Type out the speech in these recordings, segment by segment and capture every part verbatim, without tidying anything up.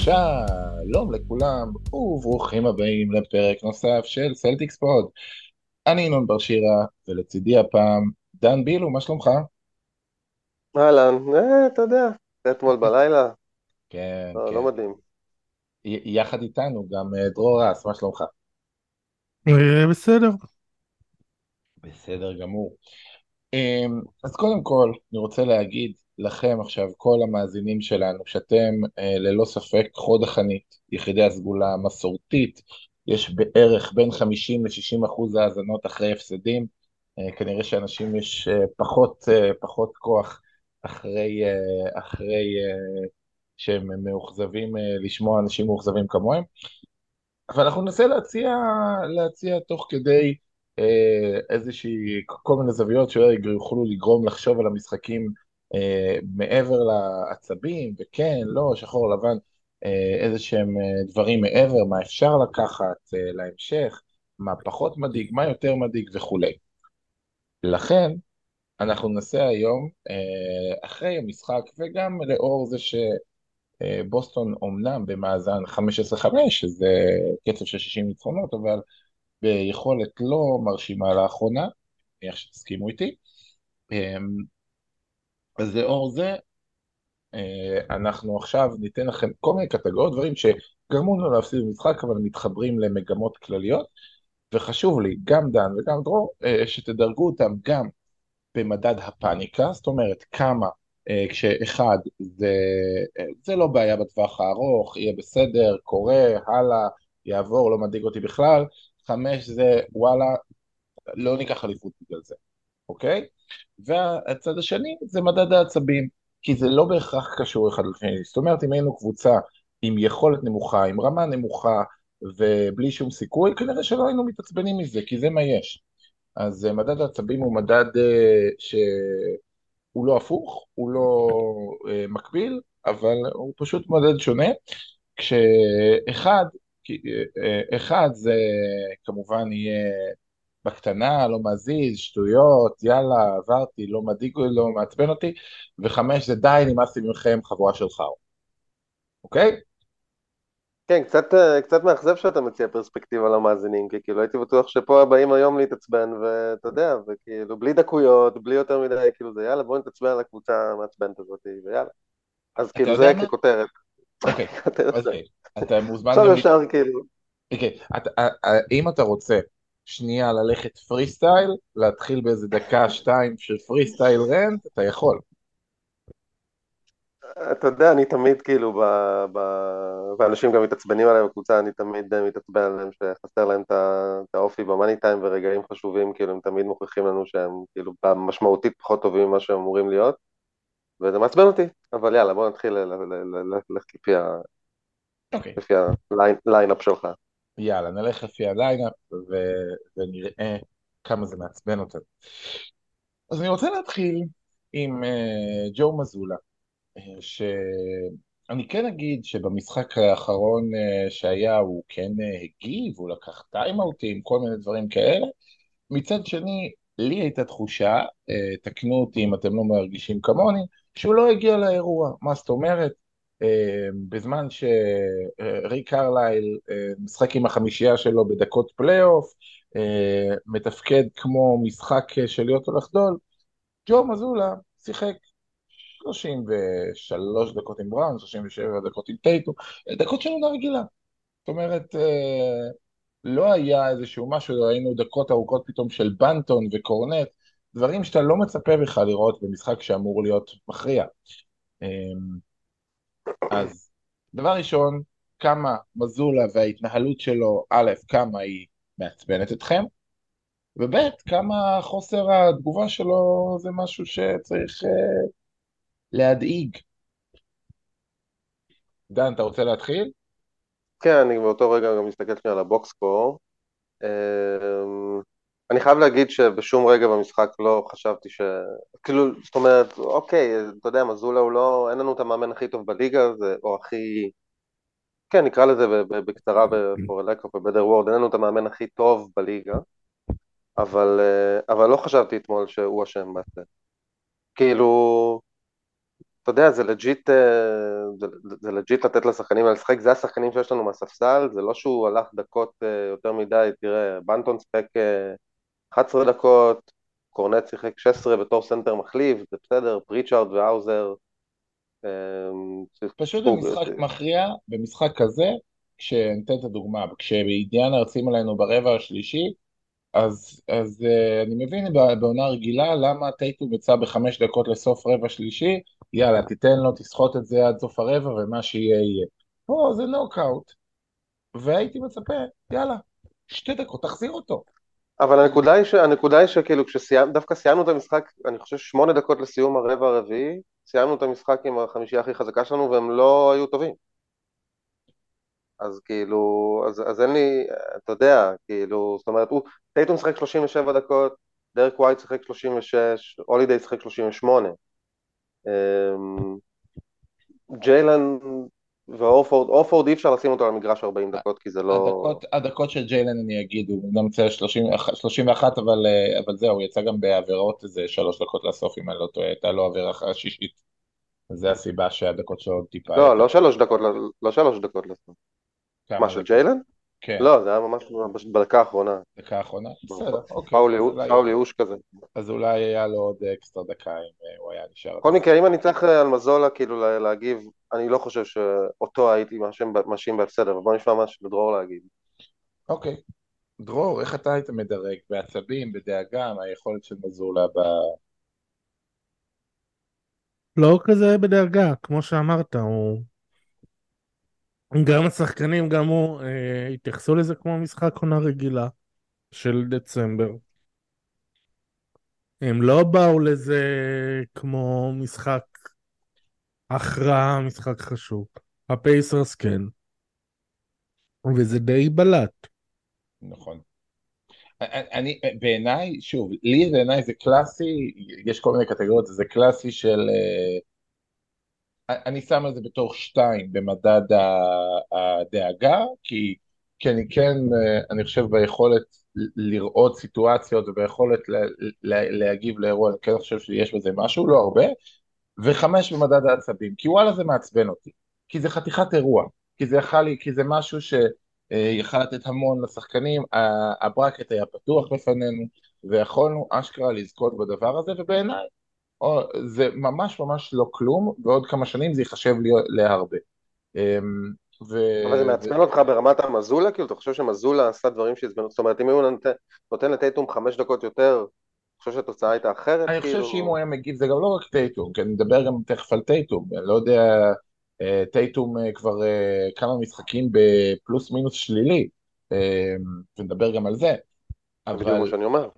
שלום לכולם וברוכים הבאים לפרק נוסף של סלטיקס פוד. אני ינון בר שירה ולצידי הפעם דן בילו, מה שלומך? אהלן, אה, אתה יודע, זה אתמול בלילה, כן, לא, לא כן. מדהים. י- יחד איתנו גם אה, דרור רס, מה שלומך? אה, בסדר. בסדר גמור. אמ, אז קודם כל אני רוצה להגיד לכם עכשיו, כל המאזינים שלנו, שאתם אה, ללא ספק חוד החנית, יחידי הסגולה המסורתית. יש בערך בין חמישים ל-שישים אחוז האזנות אחרי הפסדים. אה, כנראה שאנשים יש אה, פחות, אה, פחות כוח אחרי, אה, אחרי אה, שהם מאוכזבים, אה, לשמוע אנשים מאוכזבים כמוהם. אבל אנחנו ננסה להציע, להציע תוך כדי אה, איזושהי, כל מיני זוויות שיוכלו לגרום לחשוב על המשחקים אה, מעבר לעצבים, וכן, לא, שחור לבן, אה, איזה שהם אה, דברים מעבר, מה אפשר לקחת אה, להמשך, מה פחות מדאיג, מה יותר מדאיג וכולי. לכן, אנחנו ננסה היום, אה, אחרי המשחק, וגם לאור זה ש... אה, בוסטון אומנם במאזן חמש עשרה חמש, שזה קצב של שישים ניצחונות, אבל ביכולת לא מרשימה לאחרונה, איך שתסכימו איתי. אמ, אז לאור זה, אה, אנחנו עכשיו ניתן לכם כל מיני קטגוריות, דברים שגרמו לנו להפסיד במשחק, אבל מתחברים למגמות כלליות, וחשוב לי, גם דן וגם דרור, אה, שתדרגו אותם גם במדד הפאניקה, זאת אומרת כמה, אה, כשאחד זה, אה, זה לא בעיה בטווח הארוך, יהיה בסדר, קורה, הלאה, יעבור, לא מדאיג אותי בכלל. חמש זה וואלה, לא ניקח אליפות בגלל זה, אוקיי? והצד השני זה מדד העצבים, כי זה לא בהכרח קשור אחד לשני. זאת אומרת, אם היינו קבוצה עם יכולת נמוכה, עם רמה נמוכה ובלי שום סיכוי, כנראה שלא היינו מתעצבנים מזה, כי זה מה יש. אז אה, מדד העצבים הוא מדד אה, שהוא לא הפוך, הוא לא אה, מקביל, אבל הוא פשוט מדד שונה. כשאחד, כי- אה, אה, אחד זה כמובן יהיה בקטנה, לא מזיז, שטויות, יאללה, עברתי, לא מדאיג, לא מעצבן אותי, וחמש זה די, נמאס לי מכם, חבורה של חארות, אוקיי? כן, קצת, אה, קצת מאכזב שאתה מציע פרספקטיבה למאזינים, כי כאילו הייתי בטוח שפה הבאים היום להתעצבן, ואתה יודע, וכאילו בלי דקויות, בלי יותר מדי, כאילו זה יאללה, בוא נתעצבן על הקבוצה המעצבנת הזאת, ויאללה. אז אתה כאילו יודע זה מה? ככותרת, אוקיי, כותרת זה. אוקיי. אתה מוזמן עכשיו גם ישר כאילו, אוקיי, את- אה, אה, אם אתה רוצה שנייה ללכת פרי סטייל, להתחיל באיזה דקה, שתיים של פרי סטייל רנט, אתה יכול. אתה יודע, אני תמיד כאילו, ב, ב, ואנשים גם מתעצבנים עליהם בקבוצה, אני תמיד אה, מתעצבן עליהם שחסר להם את ה- את האופי במאני טיים ורגעים חשובים, כאילו הם תמיד מוכיחים לנו שהם כאילו משמעותית פחות טובים ממה שהם אמורים להיות, וזה מעצבן אותי, אבל יאללה, בוא נתחיל ל- ל- ל- ל- ללכת לפי ה- אוקיי, לפי הליינאפ שלך. יאללה, נלך לפי הליינאפ ו- ונראה כמה זה מעצבן אותנו. אז אני רוצה להתחיל עם אה, ג'ו מזולה, אה, שאני כן אגיד שבמשחק האחרון אה, שהיה הוא כן אה, הגיב, הוא לקח טיימאוטים, כל מיני דברים כאלה. מצד שני, לי הייתה תחושה, אה, תקנו אותי אם אתם לא מרגישים כמוני, שהוא לא הגיע לאירוע. מה זאת אומרת? אה, בזמן שריק קרלייל אה, משחק עם החמישייה שלו בדקות פלייאוף, אה, מתפקד כמו משחק של להיות או לחדול, ג'ו מזולה שיחק שלושים ושלוש דקות עם בראון, שלושים ושבע דקות עם טייטו, דקות של עונה רגילה. זאת אומרת, אה, לא היה איזשהו משהו, ראינו דקות ארוכות פתאום של בנטון וקורנט, דברים שאתה לא מצפה בכלל לראות במשחק שאמור להיות מכריע. אה, אז דבר ראשון, כמה מזולה וההתנהלות שלו, א', כמה היא מעצבנת אתכם, וב', כמה חוסר התגובה שלו זה משהו שצריך אה, להדאיג. דן, אתה רוצה להתחיל? כן, אני באותו רגע גם מסתכל שנייה על הבוקסקור. אמ, אני חייב להגיד שבשום רגע במשחק לא חשבתי ש... כאילו, זאת אומרת, אוקיי, אתה יודע, מזולה הוא לא... אין לנו את המאמן הכי טוב בליגה, זה, או הכי... כן, נקרא לזה ב- ב- בקצרה ב-for a lack of a better word, אין לנו את המאמן הכי טוב בליגה, אבל, אה, אבל לא חשבתי אתמול שהוא אשם בזה. כאילו, אתה יודע, זה לג'יט, אה, זה, זה לג'יט לתת לשחקנים האלה לשחק, זה השחקנים שיש לנו מהספסל, זה לא שהוא הלך דקות אה, יותר מדי, תראה, בנטון ספק אה, אחת עשרה דקות, קורנט שיחק שש עשרה בתור סנטר מחליף, זה בסדר, פריצ'ארד והאוזר, אה, פשוט שיחקו, במשחק מכריע, במשחק כזה, כשניתן את הדוגמה, כשבאינדיאנה יוצאים עלינו ברבע השלישי, אז, אז uh, אני מבין בעונה רגילה למה טייטום יצא בחמש דקות לסוף רבע שלישי, יאללה תיתן לו, תסחוט את זה עד סוף הרבע ומה שיהיה יהיה. פה זה נוקאוט, והייתי מצפה, יאללה, שתי דקות, תחזיר אותו. אבל הנקודה היא, ש... הנקודה היא שכאילו כשסיימנו, דווקא סיימנו את המשחק, אני חושב שמונה דקות לסיום הרבע הרביעי, סיימנו את המשחק עם החמישייה הכי חזקה שלנו והם לא היו טובים. אז כאילו, אז, אז אין לי, אתה יודע, כאילו, זאת אומרת, הוא, טייטום שחק שלושים ושבע דקות, דרק ווייט שחק שלושים ושש, הולידיי שחק שלושים ושמונה. אמ, ג'יילן ואורפורד, אורפורד אי אפשר לשים אותו על המגרש ארבעים דקות כי זה לא... הדקות, הדקות של ג'יילן אני אגיד, הוא גם יצא שלושים, שלושים ואחת, אבל, אה, אבל זהו, הוא יצא גם בעבירות איזה שלוש דקות לסוף, אם אני לא טועה, הייתה לו עבירה אחרי השישית. זה הסיבה שהדקות שלו עוד טיפה לא, יותר. לא שלוש דקות, לא, לא שלוש דקות לסוף. מה, כמה של דקות? ג'יילן? כן, לא, זה היה ממש בדקה האחרונה. דקה האחרונה? בסדר, אוקיי, פאול אז ייאוש, אולי, פאול ייאוש כזה. אז אולי היה לו עוד אקסטרה דקה אם אה, הוא היה נשאר עד בכל הסוף. מקרה, אם אני צריך על מזולה כאילו לה- להגיב, אני לא חושב שאותו הייתי מאשים מאשים בהפסד, אבל בוא נשמע מה שלדרור להגיד. אוקיי, דרור, איך אתה היית מדרג? בעצבים, בדאגה, מהיכולת של מזולה ב... לא כזה בדאגה, כמו שאמרת, הוא... גם השחקנים, גם הוא, אה, התייחסו לזה כמו משחק עונה רגילה של דצמבר. הם לא באו לזה כמו משחק הכרעה, משחק חשוב. הפייסרס כן, וזה די בלט. נכון. אני, בעיניי, שוב, לי בעיניי זה קלאסי, יש כל מיני קטגוריות, זה קלאסי של, אה, אני שם את זה בתור שתיים במדד ה- הדאגה, כי, כי אני כן, אה, אני חושב ביכולת לראות סיטואציות וביכולת לה, לה, להגיב לאירוע, אני כן חושב שיש בזה משהו, לא הרבה, וחמש במדד העצבים, כי וואלה זה מעצבן אותי, כי זה חתיכת אירוע, כי זה יכל לי, כי זה משהו שיכל לתת המון לשחקנים, ה- הברקט היה פתוח בפנינו, ויכולנו אשכרה לזכות בדבר הזה, ובעיניי או, זה ממש ממש לא כלום, ועוד כמה שנים זה ייחשב לי להרבה. אמ, ו... אבל זה ו... מעצבן אותך ברמת המזולה? כאילו, אתה חושב שמזולה עשה דברים שעצבנו? זאת אומרת, אם הוא נותן, נותן לטייטום חמש דקות יותר, אתה חושב שהתוצאה הייתה אחרת? אני חושב שאם הוא כאילו... היה מגיב, זה גם לא רק טייטום, כי אני מדבר גם תכף על טייטום, אני לא יודע, אה, טייטום אה, כבר אה, כמה משחקים בפלוס מינוס שלילי, אה, ונדבר גם על זה, זה בדיוק מה אבל, שאני אומר.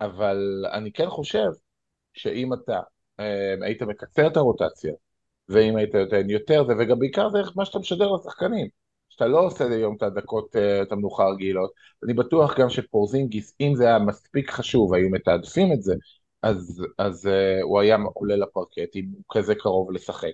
אבל אני כן חושב שאם אתה אה, היית מקצר את הרוטציה, ואם היית נותן יותר זה, וגם בעיקר זה מה שאתה משדר לשחקנים, שאתה לא עושה היום את הדקות, אה, את המנוחה הרגילות, אני בטוח גם שפורזינגיס, אם זה היה מספיק חשוב, היו מתעדפים את זה, אז, אז uh, הוא היה עולה לפרקט, אם הוא כזה קרוב לשחק.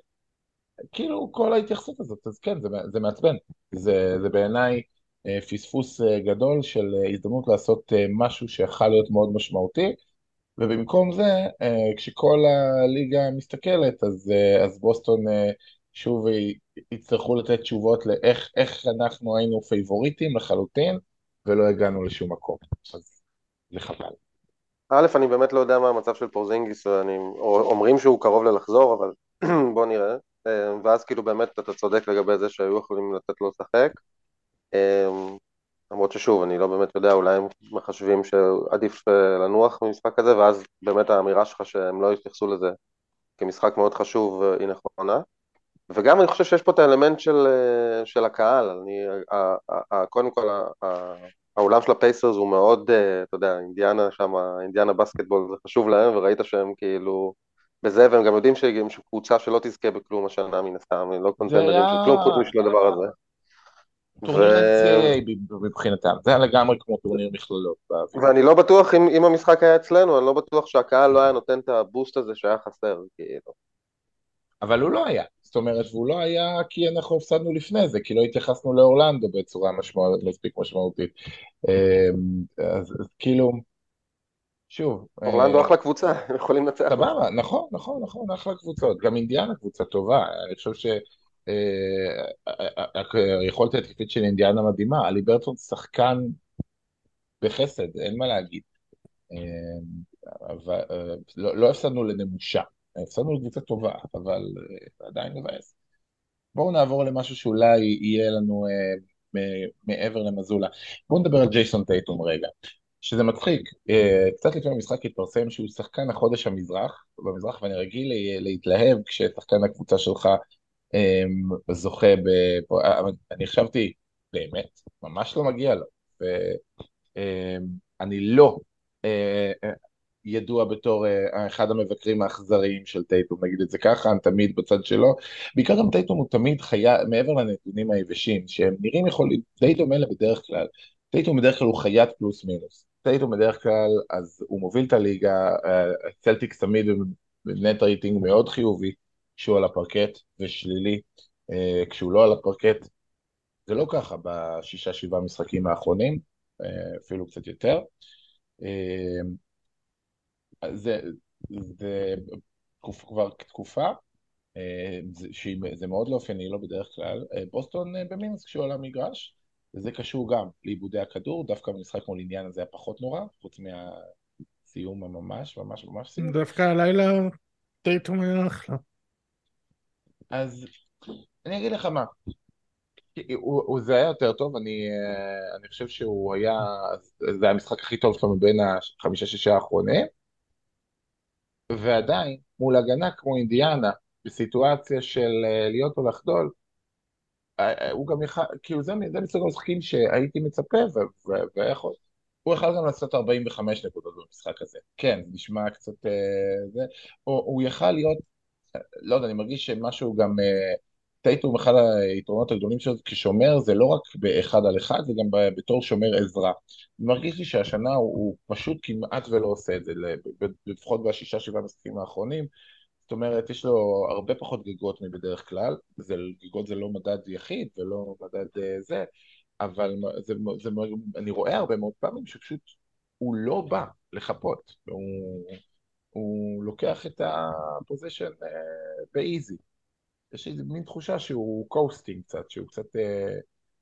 כאילו כל ההתייחסות הזאת, אז כן, זה, זה מעצבן. זה, זה בעיניי uh, פספוס uh, גדול של uh, הזדמנות לעשות uh, משהו שיכול להיות מאוד משמעותי, ובמקום זה, אה, כשכל הליגה מסתכלת, אז, אה, אז בוסטון אה, שוב י- יצטרכו לתת תשובות לאיך איך אנחנו היינו פייבוריטים לחלוטין, ולא הגענו לשום מקום. אז זה חבל. א', אני באמת לא יודע מה המצב של פורזינגיס, ואני, או- אומרים שהוא קרוב ללחזור, אבל בוא נראה. אה, ואז כאילו באמת אתה צודק לגבי זה שהיו יכולים לתת לו לשחק. אה, למרות ששוב, אני לא באמת יודע, אולי הם מחשבים שעדיף אה, לנוח במשחק הזה, ואז באמת האמירה שלך שהם לא יתייחסו לזה כמשחק מאוד חשוב אה, היא נכונה. וגם אני חושב שיש פה את האלמנט של, אה, של הקהל, אני, ה- ה- ה- קודם כל ה- ה- האולם של הפייסרס הוא מאוד, אה, אתה יודע, אינדיאנה שם, אינדיאנה בסקטבול זה חשוב להם, וראית שהם כאילו בזה, והם גם יודעים שהם קבוצה שלא תזכה בכלום השנה מן הסתם, הם לא זה קונטנדרים היה של כלום חוץ משל הדבר הזה. ו... טורניר N C A A מבחינתם, זה היה לגמרי כמו טורניר מכללות באוויר. ואני לא בטוח אם, אם המשחק היה אצלנו, אני לא בטוח שהקהל לא היה נותן את הבוסט הזה שהיה חסר, כאילו. אבל הוא לא היה, זאת אומרת, והוא לא היה כי אנחנו הפסדנו לפני זה, כי לא התייחסנו לאורלנדו בצורה משמעות, מספיק משמעותית. אה, אז, אז כאילו, שוב, אורלנדו אה, אחלה קבוצה, הם יכולים לנצח אותך. סבבה, נכון, נכון, נכון, אחלה קבוצות. גם אינדיאנה קבוצה טובה. אני חושב ש... אה, היכולת ההתקפית של אינדיאנה מדהימה. אלי ברטון שחקן בחסד, אין מה להגיד. אה, אבל אה, לא, לא הפסדנו לנמושה. הפסדנו לקבוצה טובה, אבל אה, עדיין מבאס. בואו נעבור למשהו שאולי יהיה לנו אה, מ- מעבר למזולה. בואו נדבר על ג'ייסון טייטום רגע, שזה מצחיק. אה, קצת לפני המשחק התפרסם שהוא שחקן החודש המזרח, במזרח, ואני רגיל לה- להתלהב כששחקן הקבוצה שלך אה, זוכה ב... אה, אני חשבתי, באמת, ממש לא מגיע לו. ואני לא אה, אה, ידוע בתור אה, אחד המבקרים האכזריים של טייטום, נגיד את זה ככה, אני תמיד בצד שלו. בעיקר גם טייטום הוא תמיד חיה, מעבר לנתונים היבשים, שהם נראים יכולים, טייטום אלה בדרך כלל, טייטום בדרך כלל הוא חיית פלוס מינוס. טייטום בדרך כלל, אז הוא מוביל את הליגה, צלטיקס תמיד בנט רייטינג מאוד חיובי, כשהוא על הפרקט, ושלילי אה, כשהוא לא על הפרקט. זה לא ככה בשישה שבעה משחקים האחרונים, אה, אפילו קצת יותר. אה, זה, זה תקופ, כבר תקופה, אה, זה, שהיא, זה מאוד לא אופייני, לא בדרך כלל. אה, בוסטון אה, במינוס כשהוא על המגרש, וזה קשור גם לאיבודי הכדור, דווקא במשחק מול עניין הזה היה פחות נורא, חוץ מהסיום הממש, ממש ממש סיום. דווקא הלילה טייטום היה אחלה. אז אני אגיד לך מה, הוא, הוא זה היה יותר טוב, אני, אה, אני חושב שהוא היה, זה היה המשחק הכי טוב שלו מבין החמישה-שישה האחרונים, ועדיין, מול הגנה כמו אינדיאנה, בסיטואציה של אה, להיות או לחדול, אה, אה, הוא גם יכל, כאילו זה, זה מסוג המשחקים שהייתי מצפה, ו- ו- ויכול, הוא יכל גם לעשות ארבעים וחמש נקודות במשחק הזה. כן, זה נשמע קצת, אה, זה, או הוא יכל להיות, לא יודע, אני מרגיש שמשהו גם, אה, טייטום אחד היתרונות הגדולים שלו כשומר, זה לא רק באחד על אחד, זה גם ב- בתור שומר עזרה. מרגיש לי שהשנה הוא, הוא פשוט כמעט ולא עושה את זה, ל- ב- לפחות בשישה שבעה משחקים האחרונים. זאת אומרת, יש לו הרבה פחות גגות מבדרך כלל, זה, גגות זה לא מדד יחיד ולא מדד אה, זה, אבל זה, זה, אני רואה הרבה מאוד פעמים שפשוט הוא לא בא לחפות, הוא, הוא לוקח את הפוזיישן באיזי. יש לי מין תחושה שהוא קוסטינג קצת, שהוא קצת אה,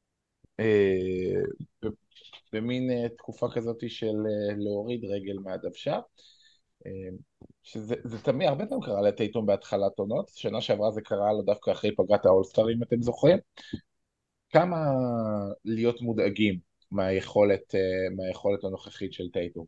אה, ב- במין אה, תקופה כזאת של אה, להוריד רגל מהדוושה. אה, שזה זה תמיד, הרבה פעמים קרה לטייטום בהתחלת עונות, שנה שעברה זה קרה לו דווקא אחרי פגרת האולסטר, אם אתם זוכרים. כמה להיות מודאגים מהיכולת, אה, מהיכולת הנוכחית של טייטום.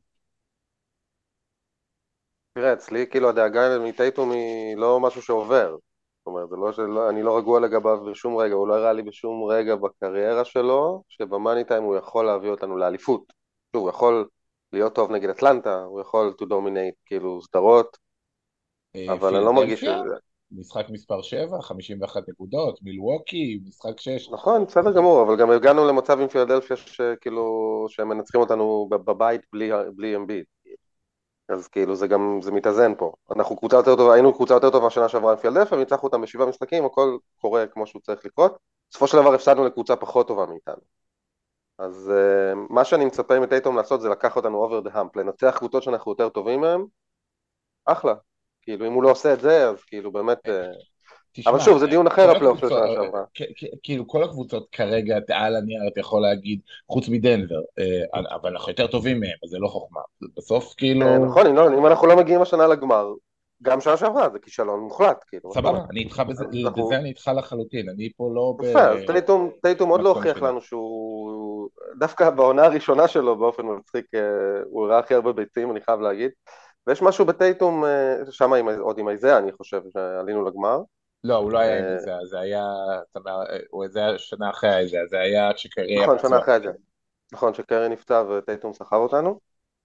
תראה, אצלי כאילו הדאגה מטייטום היא לא משהו שעובר. זאת אומרת, זה לא שלא, אני לא רגוע לגביו בשום רגע, הוא לא הראה לי בשום רגע בקריירה שלו, שבמאני טיים הוא יכול להביא אותנו לאליפות. שוב, הוא יכול להיות טוב נגד אטלנטה, הוא יכול to dominate כאילו סדרות, אה, אבל אני לא מרגיש פילדלפיה, שזה... משחק מספר שבע, חמישים ואחת נקודות, מילווקי, משחק שש. נכון, בסדר גמור, אבל גם הגענו למצב עם פילדלפיה שכאילו, שהם מנצחים אותנו בבית בלי, בלי אמביד. אז כאילו זה גם, זה מתאזן פה. אנחנו קבוצה יותר טובה, היינו קבוצה יותר טובה שנה שעברה עם פילדלפיה, וניצחנו אותם בשבעה משחקים, הכל קורה כמו שהוא צריך לקרות. בסופו של דבר הפסדנו לקבוצה פחות טובה מאיתנו. אז uh, מה שאני מצפה מטייטום לעשות זה לקח אותנו over the hump, לנצח קבוצות שאנחנו יותר טובים מהם, אחלה. כאילו אם הוא לא עושה את זה, אז כאילו באמת... Uh... אבל תשמע, שוב, זה דיון אחר כל הפלייאוף של הקבוצות, שנה שעברה. כאילו כל הקבוצות כרגע, על הנייר אתה יכול להגיד, חוץ מדנבר, אה, אבל אנחנו יותר טובים מהם, אז זה לא חוכמה. בסוף Uh, כאילו, נכון, אם, לא, אם אנחנו לא מגיעים השנה לגמר, גם שנה שעברה זה כישלון מוחלט, כאילו, מה זאת אומרת? סבבה, אני איתך בזה, אז בזה אנחנו... אני איתך לחלוטין, אני פה לא יפה, אז טייטום, טייטום עוד לא במקום הוכיח שני. לנו שהוא, דווקא בעונה הראשונה שלו באופן מצחיק, אה, הוא הראה הכי הרבה ביצים, אני חייב להגיד, ויש משהו בטייטום, אה, שם עם, עוד עם איזה, אני חושב שעלינו לגמר. לא, הוא לא היה עם אה, איזה, זה היה, אתה אומר, הוא- זה היה שנה אחרי איזה, זה היה כשקרי היה נכון, שנה פצוע. אחרי זה, נכון, שקרי נפצע וטייטום סחב אותנו.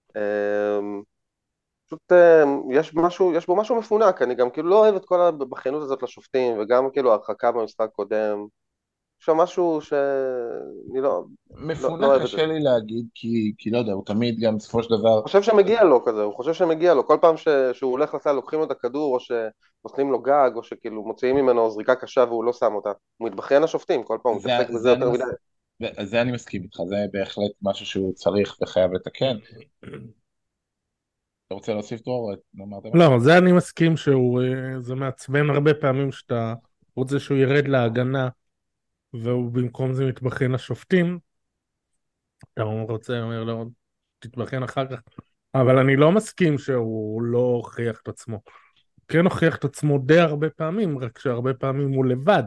אה, פשוט אה, יש משהו, יש בו משהו מפונק, אני גם כאילו לא אוהב את כל הבכיינות הזאת לשופטים, וגם כאילו ההרחקה במשחק קודם, יש שם משהו שאני לא, לא, לא מפונק אוהב את זה. קשה לי להגיד, כי, כי לא יודע, הוא תמיד גם בסופו של דבר, הוא חושב שמגיע לו כזה, הוא חושב שמגיע לו, כל פעם ש... שהוא הולך לסל לוקחים לו את הכדור, או שנותנים לו גג, או שכאילו מוציאים ממנו זריקה קשה והוא לא שם אותה. הוא מתבכיין לשופטים כל פעם, הוא זה, מתעסק בזה זה, אני יותר מדי. מס... זה אני מסכים איתך, זה בהחלט משהו שהוא צריך וחייב לתקן. אתה רוצה להוסיף דרור? אמרת משהו? לא, זה אני מסכים שהוא, אה, זה מעצבן הרבה פעמים שאתה רוצה שהוא ירד להגנה, והוא במקום זה מתבחן לשופטים, אתה רוצה, אומר לו, תתבחן אחר כך, אבל אני לא מסכים שהוא לא הוכיח את עצמו. כן הוכיח את עצמו די הרבה פעמים, רק שהרבה פעמים הוא לבד.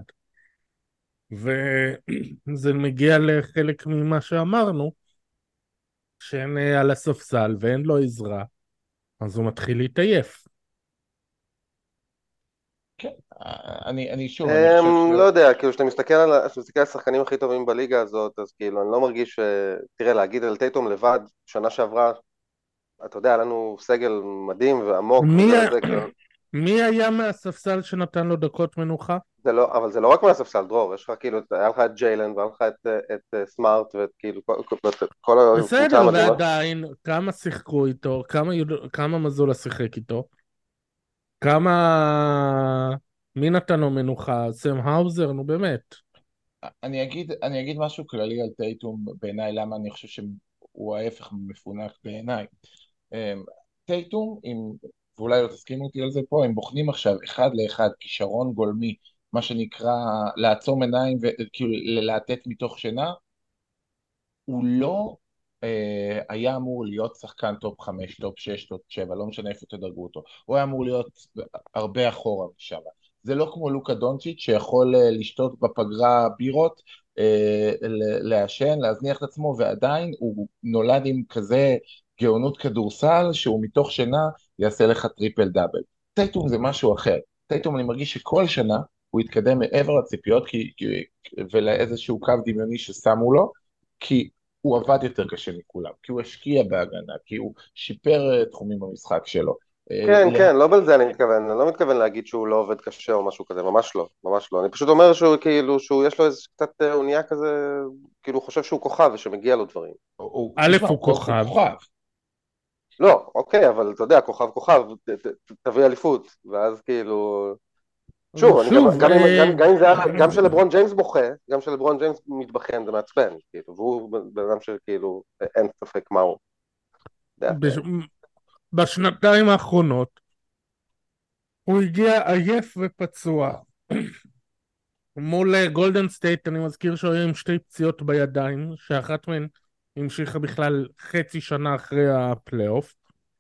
וזה מגיע לחלק ממה שאמרנו, שאין אה, על הספסל ואין לו עזרה, אז הוא מתחיל להתעייף. כן, אני, אני שוב, אני חושב ש... אמ, לא יודע, כאילו כשאתה מסתכל על, כשאתה מסתכל על השחקנים הכי טובים בליגה הזאת, אז כאילו אני לא מרגיש ש... תראה, להגיד על טייטום לבד, שנה שעברה, אתה יודע, היה לנו סגל מדהים ועמוק מי, וזה ה- וזה, כאילו, מי היה מהספסל שנתן לו דקות מנוחה? זה לא, אבל זה לא רק מהספסל, דרור, יש לך כאילו, היה לך את ג'יילן והיה לך את, את, את סמארט ואת כאילו, כל, כל, כל הקבוצה בסדר, המדהימה. ועדיין, כמה שיחקו איתו, כמה, יודע- כמה מזולה שיחק איתו, כמה... מי נתן לו מנוחה? סם האוזר? נו באמת. אני אגיד, אני אגיד משהו כללי על טייטום בעיניי, למה אני חושב שהוא ההפך מפונק בעיניי. אמ, טייטום, אם, ואולי לא תסכימו אותי על זה פה, הם בוחנים עכשיו אחד לאחד כישרון גולמי, מה שנקרא לעצום עיניים וכאילו ללהטט מתוך שינה, הוא לא אה, היה אמור להיות שחקן טופ חמש, טופ שש, טופ שבע, לא משנה איפה תדרגו אותו, הוא היה אמור להיות הרבה אחורה משם. זה לא כמו לוקה דונצ'יץ' שיכול אה, לשתות בפגרה בירות, אה, ל- לעשן, להזניח את עצמו, ועדיין הוא נולד עם כזה גאונות כדורסל, שהוא מתוך שינה יעשה לך טריפל דאבל. טייטום זה משהו אחר. טייטום אני מרגיש שכל שנה הוא יתקדם מעבר לציפיות כי, כי, ולאיזשהו קו דמיוני ששמו לו, כי הוא עבד יותר קשה מכולם, כי הוא השקיע בהגנה, כי הוא שיפר אה, תחומים במשחק שלו. אה, כן, לה- כן, לא בזה אני מתכוון, אני לא מתכוון להגיד שהוא לא עובד קשה או משהו כזה, ממש לא, ממש לא, אני פשוט אומר שהוא כאילו, שהוא יש לו איזה קצת אה, אונייה כזה, כאילו הוא חושב שהוא כוכב ושמגיע לו דברים. הוא, הוא- א', תשמע, הוא הוא הוא כוכב, כוכב. לא, אוקיי, אבל אתה יודע, כוכב כוכב, ת, ת, ת, תביא אליפות, ואז כאילו, שוב, אני גם, שוב, גם, אם, אה, גם, גם אם זה היה, גם שלברון ג'יימס בוכה, גם שלברון ג'יימס מתבכיין, זה מעצבן, כאילו, והוא בן אדם שכאילו, אין ספק מה הוא. אתה יודע, בש... בשנתיים האחרונות הוא הגיע עייף ופצוע. מול אה, גולדן סטייט, אני מזכיר שהוא היה עם שתי פציעות בידיים, שאחת מהן המשיכה בכלל חצי שנה אחרי הפלייאוף.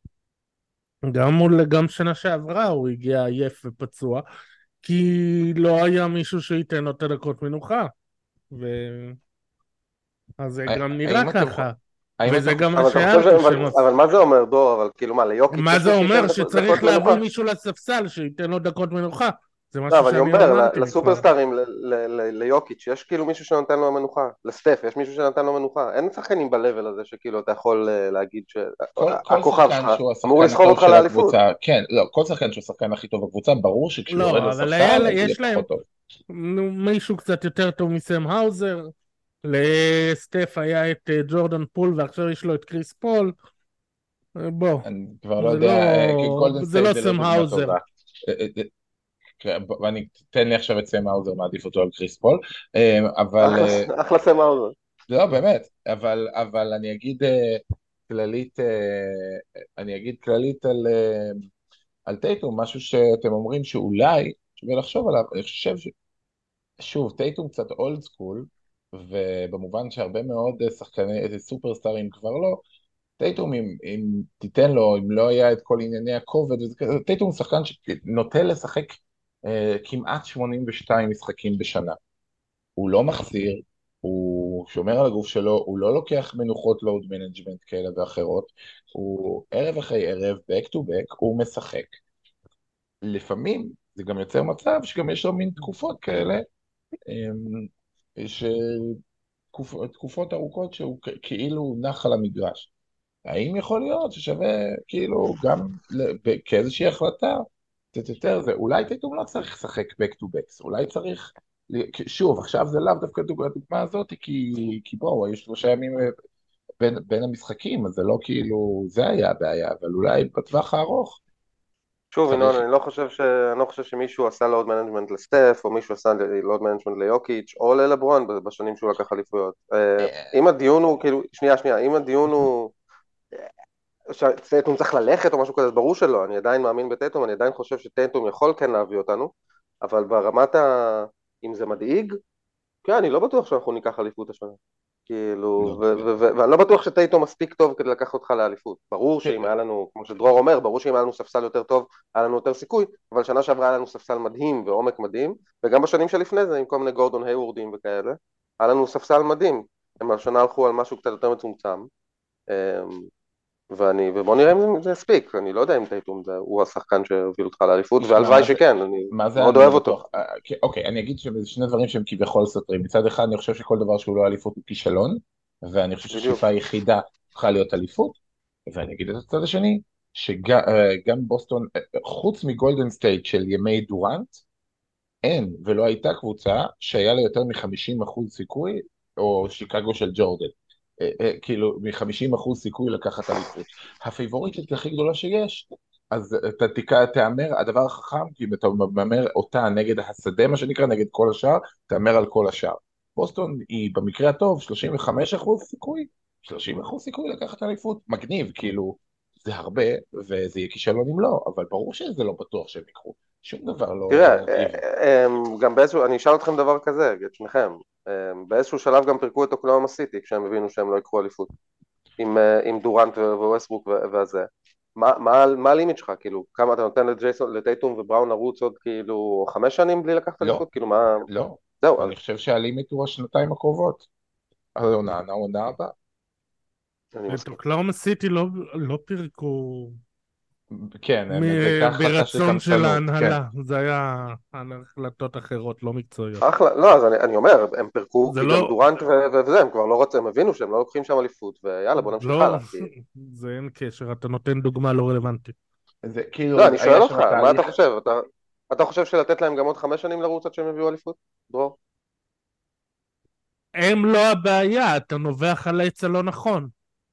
גם מול, גם שנה שעברה הוא הגיע עייף ופצוע, כי לא היה מישהו שייתן לו את הדקות מנוחה. ו... אז זה גם נראה האם אתה, ככה. האם אתה וזה גם חושב... מה אבל אתה חושב, ש... שהערתי אבל, שמוס... אבל מה זה אומר, דור, אבל כאילו מה, ליוקיץ' מה יש זה מי שייתן אומר? דקות, דקות שצריך להביא מנוחה? מישהו לספסל שייתן לו דקות מנוחה. זה לא, משהו אבל אני שאני עוד אומר, אמרתי ל- כבר. לסופרסטארים, ל- ל- ל- ליוקיץ', יש כאילו מישהו שנותן לו מנוחה. לסטף, יש מישהו שנתן לו מנוחה. אין שחקנים ב-level הזה שכאילו אתה יכול אה, להגיד כל, כל שהכוכב שלך שחקן שהוא אמור השחקן לסחוב הטוב אותך של לאליפות. הקבוצה, כן, לא, כל שחקן שהוא השחקן הכי טוב בקבוצה, ברור שכשהוא יורד לא, אבל לספסל היה, אז יהיה יש להם פחות טוב. נו, מישהו קצת יותר טוב מסם האוזר. לסטף היה את אה, ג'ורדן פול ועכשיו יש לו את קריס פול. אה, בוא, אני כבר לא זה יודע, לא, גולדן זה סטייט לא זה לא סם דוגמה האוזר. טובה. אה, אה, אה, כן, ואני, תן לי עכשיו את סם האוזר, מעדיף אותו על קריס פול, אה, אבל... אחלה, אה, אחלה סם האוזר. לא, באמת, אבל, אבל אני אגיד אה, כללית, אה, אני אגיד כללית על, אה, על טייטום, משהו שאתם אומרים שאולי שווה לחשוב עליו, אני חושב ש... שוב, טייטום קצת אולד סקול, ובמובן שהרבה מאוד שחקני, איזה סופרסטארים כבר לא, טייטום אם, אם תיתן לו, אם לא היה את כל ענייני הכובד, וזה כזה, טייטום הוא שחקן שנוטה לשחק אה, כמעט שמונים ושתיים משחקים בשנה. הוא לא מחסיר, הוא שומר על הגוף שלו, הוא לא לוקח מנוחות לואוד מנג'מנט כאלה ואחרות, הוא ערב אחרי ערב, back to back, הוא משחק. לפעמים זה גם יוצר מצב שגם יש לו מין תקופות כאלה, אמ, שתקופות ארוכות שהוא כ- כאילו נח על המגרש. האם יכול להיות ששווה כאילו גם ל- ב- כאיזושהי החלטה קצת יותר זה, אולי פתאום לא צריך לשחק back to back, אולי צריך, ל- כי- שוב, עכשיו זה לאו דווקא דוג- הדוגמה הזאת, כי, כי בואו, יש שלושה ימים אה, בין, בין המשחקים, אז זה לא כאילו, זה היה הבעיה, אבל אולי בטווח הארוך שוב, ינון, צריך, אני לא חושב ש... אני לא חושב שמישהו עשה לואוד מנג'מנט לסטף, או מישהו עשה לואוד מנג'מנט ליוקיץ', או ללברון בשנים שהוא לקח אליפויות. אה, אה, אם הדיון הוא, כאילו, שנייה, שנייה, אם הדיון הוא... שטייטום צריך ללכת או משהו כזה, ברור שלא, אני עדיין מאמין בטייטום, אני עדיין חושב שטייטום יכול כן להביא אותנו, אבל ברמת ה... אם זה מדאיג, כן, אני לא בטוח שאנחנו ניקח אליפות השנה. כאילו, לא. ו- ו- ו- ואני לא בטוח שטייטום מספיק טוב כדי לקח אותך לאליפות. ברור שאם היה לנו, כמו שדרור אומר, ברור שאם היה לנו ספסל יותר טוב, היה לנו יותר סיכוי, אבל שנה שעברה היה לנו ספסל מדהים ועומק מדהים, וגם בשנים שלפני זה, עם כל מיני גורדון היוורדים וכאלה, היה לנו ספסל מדהים. הם השנה הלכו על משהו קצת יותר מצומצם, אמ, ואני, ובוא נראה אם זה יספיק, אני לא יודע אם טייטום זה, הוא השחקן שהוביל אותך לאליפות, תשמע, והלוואי מה זה, שכן, אני מה זה מאוד אני לא אוהב אותו. בטוח? אה, כן, אוקיי, אני אגיד שזה שני דברים שהם כביכול סותרים. מצד אחד אני חושב שכל דבר שהוא לא אליפות הוא כישלון, ואני חושב שהשאיפה בדיוק. היחידה צריכה להיות אליפות, ואני אגיד את הצד השני, שגם בוסטון, אה, חוץ מגולדן סטייט של ימי דורנט, אין ולא הייתה קבוצה שהיה לה יותר מ-חמישים אחוז סיכוי, או שיקגו של ג'ורדן, אה, אה, כאילו מ-חמישים אחוז סיכוי לקחת אליפות. הפייבוריטית הכי גדולה שיש, אז אתה תיקע, תאמר, הדבר החכם, כי אם אתה מאמר אותה נגד השדה, מה שנקרא, נגד כל השאר, תאמר על כל השאר. בוסטון היא במקרה הטוב שלושים וחמישה אחוז סיכוי, שלושים אחוז סיכוי לקחת אליפות, מגניב, כאילו, זה הרבה, וזה יהיה כישלון אם לא, אבל ברור שזה לא בטוח שהם יקחו. שום דבר לא תראה, טבעי. אמ, גם באיזשהו, אני אשאל אתכם דבר כזה, את שניכם, אמ, באיזשהו שלב גם פירקו את אוקלאומה סיטי כשהם הבינו שהם לא יקחו אליפות, עם, אה, עם דורנט וווסטברוק והזה. מה, מה, מה הלימיט שלך? כאילו, כמה אתה נותן לג'ייסון, לטייטום ובראון לרוץ עוד כאילו חמש שנים בלי לקחת לא, אליפות? כאילו מה... לא. זהו, אז אני חושב שהלימיט הוא השנתיים הקרובות. העונה, העונה הבאה. אני את מסכים. אוקלאומה סיטי לא, לא פירקו כן, הם- זה הייתה מ- החלטה של ברצון של קמצנות, כן. ההנהלה, זה היה על החלטות אחרות, לא מקצועיות. אחלה, לא, אז אני, אני אומר, הם פירקו זה כי גם לא, דורנט ו- וזה, הם כבר לא רוצים, הם הבינו שהם לא לוקחים שם אליפות, ויאללה, בוא נמשיך לא, הלאה. כי... זה אין קשר, אתה נותן דוגמה לא רלוונטית. זה לא, כאילו, אני שואל היה אותך, שם מה אתה תהליך, חושב? אתה, אתה חושב שלתת להם גם עוד חמש שנים לרוץ עד שהם יביאו אליפות? דרור? הם לא הבעיה, אתה נובח על העץ הלא נכון.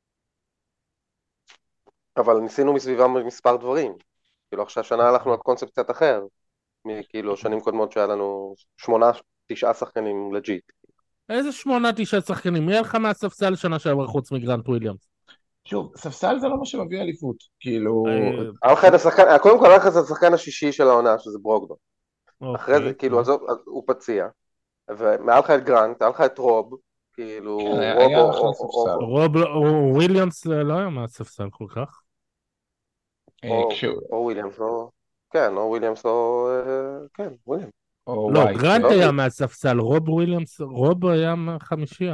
אבל ניסינו מסביבם מספר דברים. כאילו עכשיו השנה הלכנו על קונספט קצת אחר, מכאילו שנים קודמות שהיה לנו שמונה, תשעה שחקנים לג'יט. איזה שמונה תשעה שחקנים, מי היה לך מהספסל שנה שעברה חוץ מגרנט וויליאמס? שוב, ספסל זה לא מה שמביא אליפות, כאילו, אה, היה לך את השחקן, קודם כל היה לך את השחקן השישי של העונה, שזה ברוגדון. אחרי זה, אוקיי, כאילו, כן. עזוב, הוא פציע, ומעל לך את גרנט, היה לך את רוב, כאילו, כן, היה רוב או... היה אחלה או, או, ספסל. או, רוב, או- וויליאמס אה, לא היה מהספסל כל כך. אה, או, כשהוא, או וויליאמס, או... כן, או וויליאמס, או... אה, כן, וויליאמס. או לא, ווייט, גרנט אה, לא, היה מהספסל, רוב וויליאמס, רוב היה מהחמישייה.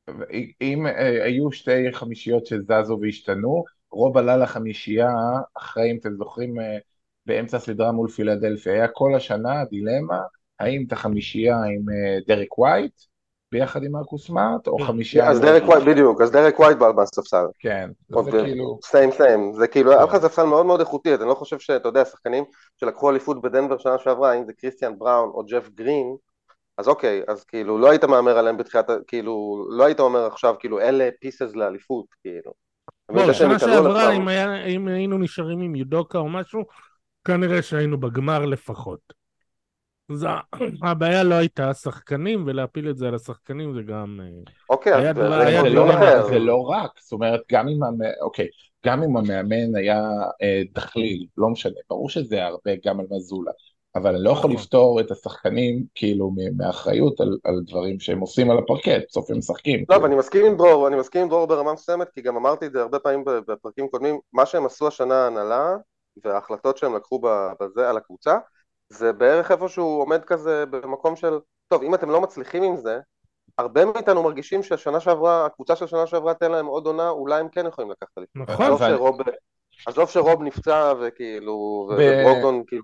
אם אה, היו שתי חמישיות שזזו והשתנו, רוב עלה לחמישייה, אחרי, אם אתם זוכרים, אה, באמצע הסדרה מול פילדלפיה, היה כל השנה דילמה, האם את החמישייה עם אה, דרק ווייט, ביחד עם מרקוס סמארט, או כן. חמישייה אז עם דרק ווייט, רגיש. בדיוק, אז דרק ווייט בא בספסל. כן, זה כאילו, סיים סיים, זה כאילו, היה לך כן. ספסל מאוד מאוד איכותי, אז אני לא חושב שאתה יודע, שחקנים שלקחו אליפות בדנבר שנה שעברה, אם זה קריסטיאן בראון או ג'ף גרין, אז אוקיי, אז כאילו לא היית מהמר עליהם בתחילת, כאילו, לא היית אומר עכשיו, כאילו, אלה פיסס לאליפות, כאילו. אתה מבין, בוא, זה שהם שנה התעלו על שעברה, עצמם, אם היה- אם היינו נשארים עם יודוקה או משהו, כנראה שהיינו בגמר לפחות. אז ה- הבעיה לא הייתה השחקנים, ולהפיל את זה על השחקנים זה גם... אה, אוקיי, אז היה זה דבר- זה היה זה כבר דיון לא, דילמה אחר. זה אחרת. לא רק, זאת אומרת, גם אם, המ... אוקיי, גם אם המאמן היה אה, דחליל, לא משנה, ברור שזה הרבה גם על מזולה, אבל אני לא יכול נכון. לפתור את השחקנים, כאילו, מ- מאחריות על, על דברים שהם עושים על הפרקט, בסוף הם משחקים, לא, כאילו. ואני מסכים עם דרור, אני מסכים עם דרור ברמה מסוימת, כי גם אמרתי את זה הרבה פעמים בפרקים קודמים, מה שהם עשו השנה ההנהלה, וההחלטות שהם לקחו בזה על הקבוצה, זה בערך איפשהו עומד כזה במקום של, טוב, אם אתם לא מצליחים עם זה, הרבה מאיתנו מרגישים שהשנה שעברה, הקבוצה של השנה שעברה תן להם עוד עונה, אולי הם כן יכולים לקחת אליפות. נכון. עזוב אבל שרוב, עזוב שרוב נפצע וכאילו, ו- ב- וברוגדון כאילו,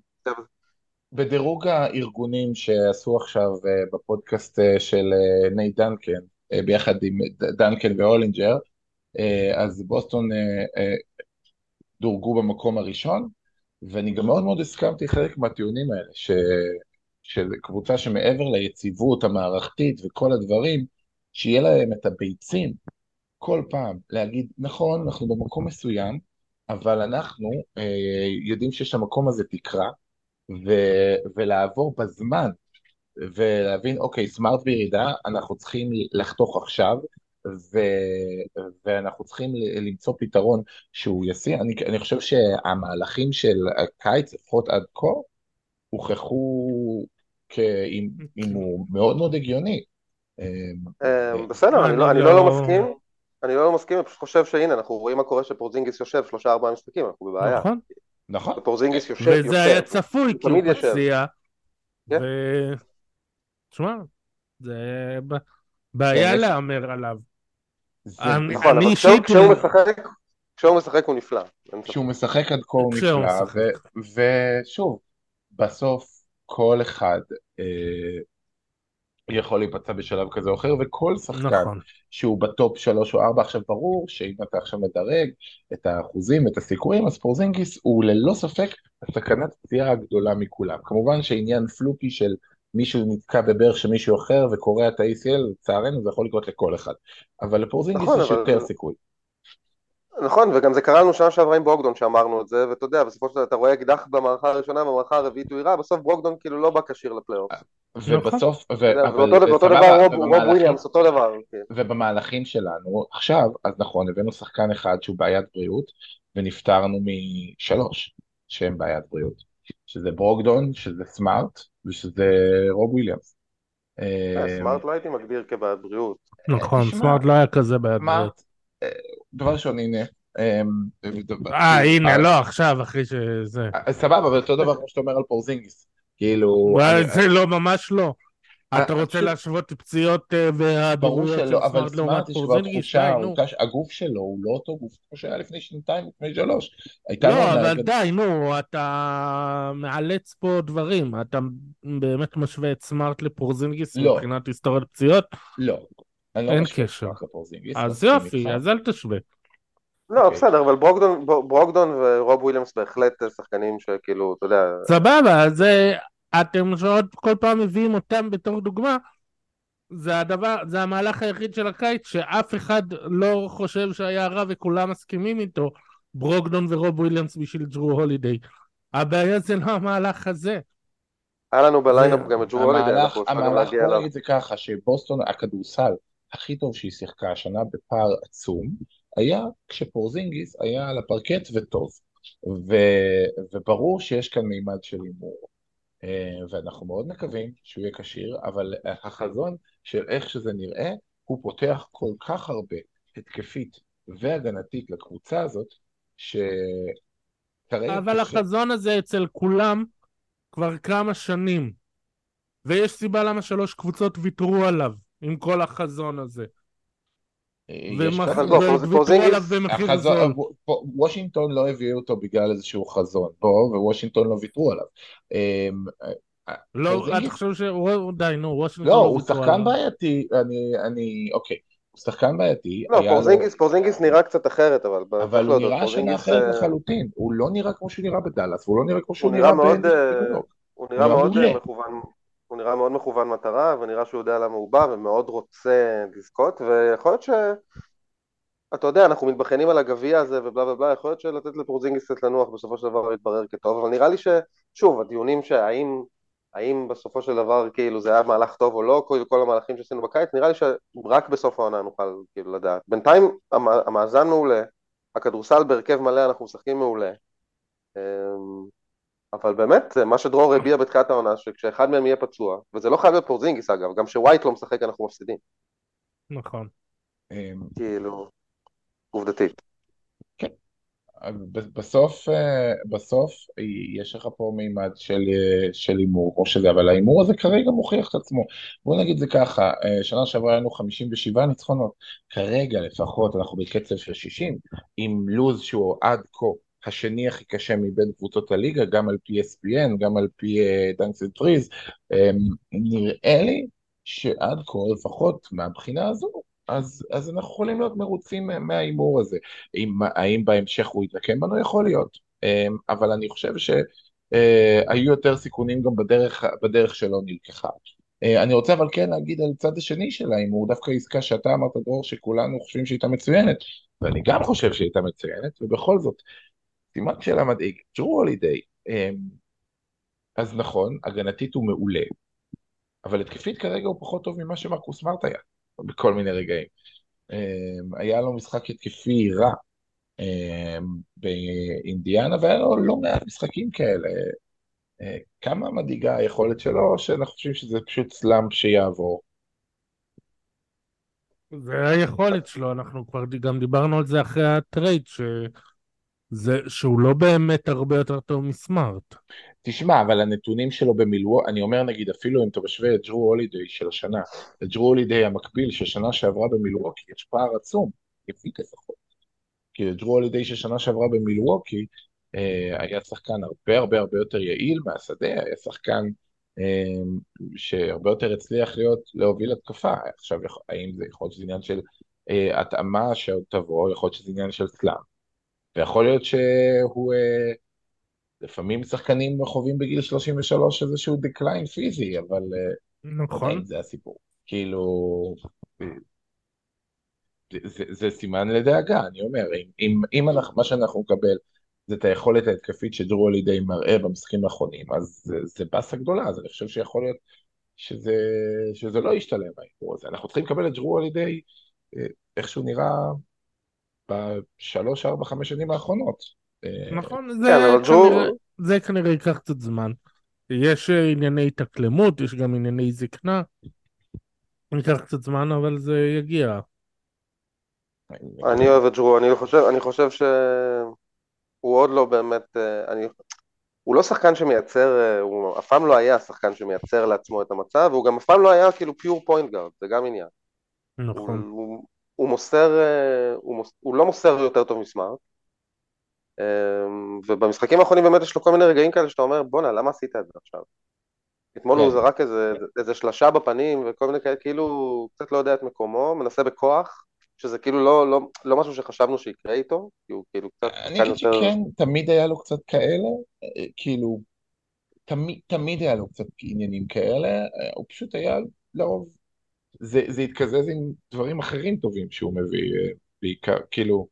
בדירוג הארגונים שעשו עכשיו אה, בפודקאסט אה, של אה, נייט דנקן, אה, ביחד עם ד- דנקן והולינג'ר, אה, אז בוסטון אה, אה, דורגו במקום הראשון, ואני גם מאוד מאוד הסכמתי חלק מהטיעונים האלה, ש... של קבוצה שמעבר ליציבות המערכתית וכל הדברים, שיהיה להם את הביצים כל פעם להגיד, נכון, אנחנו במקום מסוים, אבל אנחנו אה, יודעים שיש למקום הזה תקרה, ו... ולעבור בזמן, ולהבין, אוקיי, סמארט בירידה, אנחנו צריכים לחתוך עכשיו, ו... ואנחנו צריכים ל- למצוא פתרון שהוא ישים. אני, אני חושב שהמהלכים של הקיץ, לפחות עד כה, הוכחו כאימור מאוד מאוד הגיוני. אמ, בסדר, אני אני לא אני לא לא לא... מסכים, אני לא לא מסכים, אני פשוט חושב שהנה, אנחנו רואים מה קורה שפורזינגיס יושב שלושה ארבעה משחקים, אנחנו בבעיה. נכון, נכון. ופורזינגיס יושב, וזה היה יושב, צפוי הוא כי הוא תמיד יושב. פציע, כן? ו... תשמע, זה ב- כן, בעיה יש, להמר עליו. זה, אני נכון, אני אבל כשהוא אישית, כשהוא משחק, כשהוא משחק הוא נפלא, אין כשהוא ספק. משחק עד כה הוא כשהוא נפלא, ו, משחק. ושוב, בסוף כל אחד אה, יכול להיפצע בשלב כזה או אחר, וכל שחקן נכון, שהוא בטופ שלוש או ארבע, עכשיו ברור שאם אתה עכשיו מדרג את האחוזים, את הסיכויים, אז פורזינגיס הוא ללא ספק הסכנת פציעה הגדולה מכולם. כמובן שעניין פלוקי של מישהו נתקע בברך של מישהו אחר וקורע את ה-איי סי אל, לצערנו זה יכול לקרות לכל אחד, אבל לפורזינגיס נכון, יש אבל יותר סיכוי. נכון, וגם זה קרה לנו שנה שעברה עם ברוקדון שאמרנו את זה, ואתה יודע, בסופו של דבר אתה רואה אקדח במערכה הראשונה, במערכה הרביעית הוא יירה, בסוף ברוקדון כאילו לא בא כשיר לפלייאוף. נכון. ובסוף, אתה ו, יודע, אבל ואותו ואותו דבר סבבה, רוב, רוב ובמהלכים, וויליאמס, אותו דבר. כן. ובמהלכים שלנו, עכשיו, אז נכון, הבאנו שחקן אחד שהוא בעיית בריאות, ונפטרנו משלוש שהם בעיית בריאות, שזה ברוקדון, שזה סמארט, ושזה רוב וויליאמס. אה, אה, סמארט לא הייתי מגדיר כבעד בריאות. נכון, תשמע, סמארט לא היה כזה בעד בריאות. סמארט, אה, דבר ראשון, הנה, אה, אה, כאילו, הנה, לא, עכשיו, אחרי שזה... אה, סבבה, אבל אותו דבר כמו שאתה אומר על פורזינגיס, כאילו, אני, אבל זה לא, ממש לא. אתה אה, רוצה פשוט, להשוות פציעות אה, ברור והיעדרויות של שלא, אבל סמארט לעומת סמארט יש כבר פורזינגיס? תחושה די, נו. ארוכה, הגוף שלו הוא לא אותו גוף כמו שהיה לפני שנתיים, לפני שלוש. הייתה לו לא, עונה, אבל די, נו, אתה מאלץ פה דברים. אתה באמת משווה את סמארט לפורזינגיס לא, מבחינת היסטוריית פציעות? לא, אני לא אין משווה את קשר. סמארט לפורזינגיס, אז מסכים איתך, יופי, אז אל תשווה. לא, אוקיי, בסדר, אבל ברוקדון, ברוקדון ורוב וויליאמס בהחלט שחקנים שכאילו, אתה יודע, סבבה, זה... אתם שעוד כל פעם מביאים אותם בתור דוגמה, זה הדבר, זה המהלך היחיד של הקיץ שאף אחד לא חושב שהיה רע וכולם מסכימים איתו, ברוקדון ורוב וויליאמס בשביל ג'רו הולידיי. הבעיה זה לא המהלך הזה. היה לנו זה... בליינאפ גם את ג'רו הולידיי, המהלך, אנחנו אפשר גם המהלך להגיע בוא אליו. נגיד זה ככה, שבוסטון הכדורסל הכי טוב שהיא שיחקה השנה בפער עצום, היה כשפורזינגיס היה על הפרקט וטוב, ו, וברור שיש כאן מימד של הימור. אה, ואנחנו מאוד מקווים שהוא יהיה כשיר, אבל החזון של איך שזה נראה, הוא פותח כל כך הרבה התקפית והגנתית לקבוצה הזאת, שכרגע אבל קשה. החזון הזה אצל כולם כבר כמה שנים, ויש סיבה למה שלוש קבוצות ויתרו עליו עם כל החזון הזה, יש ומח... אבל בוא, כמה, פורז- וויתרו עליו פורזינגיס, במחיר החזון, זול. וושינגטון לא הביאו אותו בגלל איזשהו חזון, בוא, ווושינגטון לא ויתרו עליו. אמ, אה, לא, אתה פורזינגיס, חושב ש... די, נו, לא, וושינגטון לא הוא ויתרו שחקן עליו. בעייתי, אני, אני, אוקיי, הוא שחקן בעייתי, לא, היה לו, פורזינגיס, פורזינגיס נראה קצת אחרת, אבל ב- אבל צריך הוא להודות, נראה שנה פורזינגיס, אחרת אה, לחלוטין, הוא לא נראה כמו שהוא נראה בדאלאס, והוא לא נראה כמו שהוא הוא נראה נראה מאוד, בניו אה, יורק, הוא הוא נראה נראה מאוד אה, מעולה. מכוון, הוא נראה מאוד מכוון מטרה, ונראה שהוא יודע למה הוא בא, ומאוד רוצה לזכות, ויכול להיות ש... אתה יודע, אנחנו מתבחנים על הגביע הזה ובלה ובלה, בלה, יכול להיות שלתת לפורזינגיס קצת לנוח בסופו של דבר יתברר כטוב, אבל נראה לי ששוב, הדיונים שהאם האם בסופו של דבר כאילו זה היה מהלך טוב או לא, כל, כל המהלכים שעשינו בקיץ, נראה לי שרק בסוף העונה נוכל כאילו לדעת. בינתיים המ, המאזן מעולה, הכדורסל בהרכב מלא אנחנו משחקים מעולה, אמ, אבל באמת מה שדרור הביע בתחילת העונה, שכשאחד מהם יהיה פצוע, וזה לא חייב להיות פורזינגיס אגב, גם שווייט לא משחק אנחנו מפסידים, נכון. אמ, כאילו, עובדתית. כן. ב- בסוף, אה, בסוף יש לך פה מימד של, אה, של הימור, או שזה, אבל ההימור הזה כרגע מוכיח את עצמו. בוא נגיד זה ככה, אה, שנה שעברה היינו חמישים ושבעה ניצחונות, כרגע לפחות אנחנו בקצב של שישים, עם לוז שהוא עד כה השני הכי קשה מבין קבוצות הליגה, גם על פי אס פי אן, גם על פי דנקס אנד טריז, נראה לי שעד כה, לפחות מהבחינה הזו, אז, אז אנחנו יכולים להיות מרוצים מההימור הזה. אם, האם בהמשך הוא יתנקם בנו? יכול להיות. אמ, אבל אני חושב שהיו יותר סיכונים גם בדרך, בדרך שלא נלקחה. אה, אני רוצה אבל כן להגיד על הצד השני של ההימור, דווקא עסקה שאתה אמרת דרור שכולנו חושבים שהייתה מצוינת, ואני גם חושב שהייתה מצוינת, ובכל זאת, סימן שאלה מדאיג, ג'רו הולידיי, אמ, אז נכון, הגנתית הוא מעולה, אבל התקפית כרגע הוא פחות טוב ממה שמרקוס סמארט היה, בכל מיני רגעים. אה, היה לו משחק התקפי רע אה, באינדיאנה, והיה לו לא מעט משחקים כאלה. אה, כמה מדאיגה היכולת שלו, או שאנחנו חושבים שזה פשוט סלאמפ שיעבור? זה היכולת שלו, אנחנו כבר גם דיברנו על זה אחרי הטרייד, שזה, שהוא לא באמת הרבה יותר טוב מסמארט. תשמע, אבל הנתונים שלו במילווקי, אני אומר נגיד, אפילו אם אתה משווה את ג'רו הולידיי של השנה, את ג'רו הולידיי המקביל של שנה שעברה במילווקי, יש פער עצום, לפי לפחות. כי ג'רו הולידיי של שנה שעברה במילווקי, אה, היה שחקן הרבה הרבה הרבה יותר יעיל מהשדה, היה שחקן אה, שהרבה יותר הצליח להיות, להוביל התקפה. עכשיו, יכ- האם זה יכול להיות שזה עניין של אה, התאמה שעוד תבוא, יכול להיות שזה עניין של סלאם, ויכול להיות שהוא... אה, לפעמים שחקנים חווים בגיל שלושים ושלוש איזשהו דקליין פיזי, אבל אה, לא יודע אם נכון. זה הסיפור. כאילו, אה, זה, זה, זה סימן לדאגה, אני אומר, אם, אם, אם אנחנו, מה שאנחנו נקבל זה את היכולת ההתקפית שדרו הולידיי מראה במשחקים האחרונים, אז זה, זה באסה גדולה, אז אני חושב שיכול להיות שזה, שזה לא ישתלם האיפור הזה. אנחנו צריכים לקבל את דרו הולידיי אה, איך שהוא נראה בשלוש, ארבע, חמש שנים האחרונות. אה, נכון, כן, זה אבל כנראה, ג'רו, זה כנראה ייקח קצת זמן. יש אה, ענייני התאקלמות, יש גם ענייני זקנה, ייקח קצת זמן, אבל זה יגיע. אני אני מקווה. אוהב את ג'רו, אני חושב, אני חושב שהוא עוד לא באמת, אה, אני, הוא לא שחקן שמייצר, אה, הוא אף פעם לא היה שחקן שמייצר לעצמו את המצב, והוא גם אף פעם לא היה כאילו פיור פוינט גארד, זה גם עניין. הוא, נכון. הוא, הוא מוסר, אה, הוא, מוס, הוא לא מוסר יותר טוב מסמארט, אה, ובמשחקים האחרונים באמת יש לו כל מיני רגעים כאלה שאתה אומר, בואנה, למה עשית את זה עכשיו? אתמול הוא כן, זרק איזה, איזה שלשה בפנים וכל מיני כאלה, כאילו הוא קצת לא יודע את מקומו, מנסה בכוח, שזה כאילו לא, לא, לא משהו שחשבנו שיקרה איתו, כי הוא כאילו קצת אני שחקן אגיד יותר, שכן, תמיד היה לו קצת כאלה, אה, כאילו, תמיד, תמיד היה לו קצת עניינים כאלה, אה, הוא פשוט היה לרוב, זה, זה התקזז עם דברים אחרים טובים שהוא מביא, אה, בעיקר, כאילו,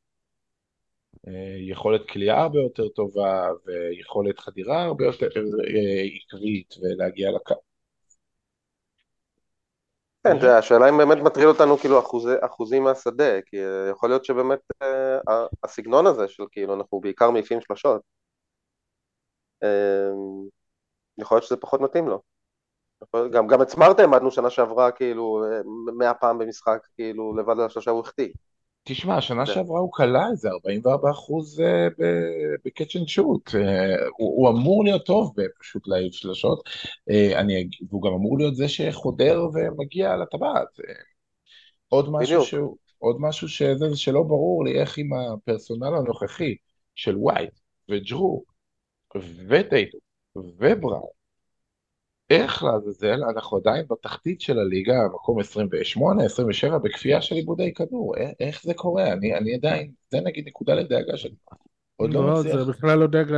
אה, יכולת כליאה הרבה יותר טובה, ויכולת חדירה הרבה יותר אה, עקבית, ולהגיע לקו. כן, נראה. תראה, השאלה אם באמת מטריד אותנו כאילו אחוזי, אחוזים מהשדה, כי אה, יכול להיות שבאמת אה, ה- הסגנון הזה של כאילו אנחנו בעיקר מעיפים שלשות, אה, יכול להיות שזה פחות מתאים לו. יכול להיות- גם, גם את סמארט העמדנו שנה שעברה כאילו אה, מאה פעם במשחק, כאילו לבד על השלושה הוא החטיא. תשמע, אתה שנה יודע. שעברה הוא כלה איזה ארבעים וארבעה אחוז בקאצ' אנד שוט. הוא הוא אמור להיות טוב בפשוט להעיף שלשות, אה, אני אג- והוא גם אמור להיות זה שחודר ומגיע לטבעת. אה, עוד משהו בדיוק. שהוא, עוד משהו שזה זה שלא ברור לי איך עם הפרסונל הנוכחי של ווייט וג'רו וטייטו ובראון, איך לעזאזל אנחנו עדיין בתחתית של הליגה, מקום עשרים ושמונה, עשרים ושבע, בכפייה של איבודי כדור. א- איך זה קורה? אני, אני עדיין, זה נגיד נקודה לדאגה שלי. עוד לא לא, זה מצליח. בכלל לא דגל,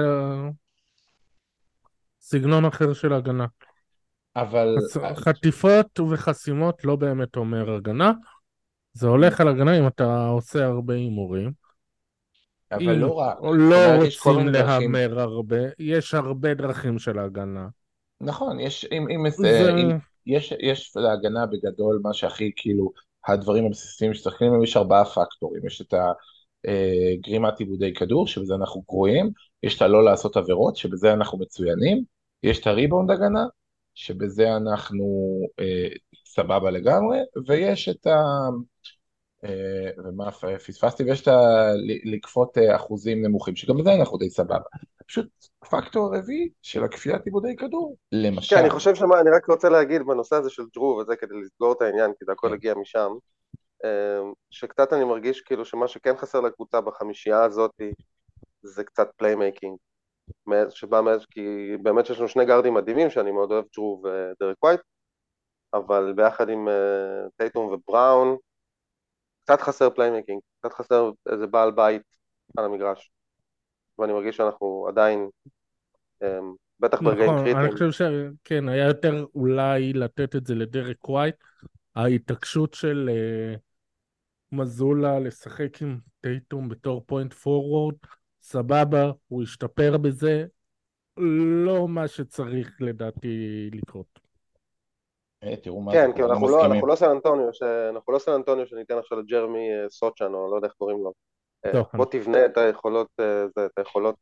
סגנון אחר של הגנה. אבל, חס- חטיפות וחסימות לא באמת אומר הגנה, זה הולך על הגנה אם אתה עושה הרבה הימורים. אבל אם לא רק. זאת לא אומרת, יש כל רוצים מיני דרכים. להמר הרבה, יש הרבה דרכים של הגנה. נכון, יש, אם, אם, זה אם, יש, יש להגנה בגדול מה שהכי כאילו, הדברים הבסיסיים שצריכים, יש ארבעה פקטורים. יש את הגרימת עיבודי כדור, שבזה אנחנו גרועים, יש את הלא לעשות עבירות, שבזה אנחנו מצוינים, יש את הריבאונד הגנה, שבזה אנחנו אה, סבבה לגמרי, ויש את ה... אה, ומה פספסתי, ויש את ה... ל- לקפות אה, אחוזים נמוכים, שגם בזה אנחנו די סבבה. פשוט פקטור רביעי של הכפיית עיבודי כדור, כן, אני למשל. חושב שמה, אני רק רוצה להגיד בנושא הזה של ג'רו וזה כדי לסגור את העניין, כי זה הכל כן. הגיע משם, אה, שקצת אני מרגיש כאילו שמה שכן חסר לקבוצה בחמישייה הזאת זה קצת פליימייקינג, שבא מאז, כי באמת שיש לנו שני גארדים מדהימים שאני מאוד אוהב, ג'רו ודרק ווייט, אבל ביחד עם אה, טייטום ובראון, קצת חסר פליימייקינג, קצת חסר איזה בעל בית על המגרש, ואני מרגיש שאנחנו עדיין, אה, בטח ברגעים נכון, אני קריטיים, חושב שכן, היה יותר אולי לתת את זה לדרק ווייט, ההתעקשות של אה, מזולה לשחק עם טייטום בתור פוינט פורוורד, סבבה, הוא השתפר בזה, לא מה שצריך לדעתי לקרות. אה, תראו מה זה, כן, כי כולנו אנחנו לא, אנחנו מסכימים. לא סן אנטוניו, ש... אנחנו לא סן אנטוניו שניתן עכשיו לג'רמי אה, סוצ'ן, או לא יודע איך קוראים לו. אה, לא, בוא תבנה את היכולות, אה, זה- את היכולות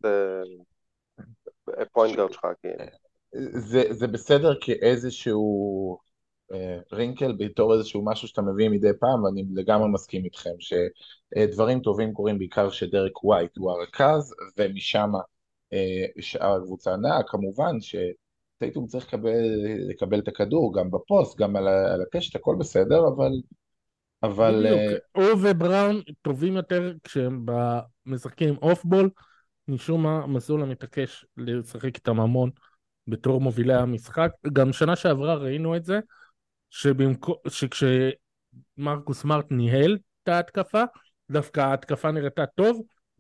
פוינט ש- גארד שלך, כי... זה, זה בסדר כאיזשהו אה, רינקל, בתור איזשהו משהו שאתה מביא מדי פעם, ואני לגמרי מסכים איתכם שדברים טובים קורים בעיקר שדרק ווייט הוא הרכז, ומשם אה, שאר הקבוצה נעה. כמובן שטייטום צריך לקבל, לקבל את הכדור גם בפוסט, גם על, ה- על הקשת, הכל בסדר, אבל, אבל בדיוק. אה, הוא ובראון טובים יותר כשהם משחקים אוף בול, משום מה מסלולה מתעקש לשחק איתם המון בתור מובילי המשחק. גם שנה שעברה ראינו את זה, שבמקו... שכשמרקוס סמארט ניהל את ההתקפה, דווקא ההתקפה נראתה טוב,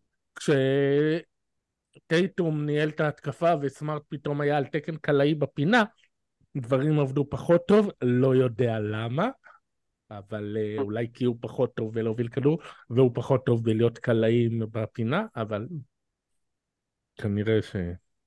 כשטייטום ניהל את ההתקפה וסמארט פתאום היה על תקן קלעי בפינה, דברים עבדו פחות טוב, לא יודע למה, אבל uh, אולי כי הוא פחות טוב בלהוביל כדור, והוא פחות טוב בלהיות קלעים בפינה, אבל כנראה ש...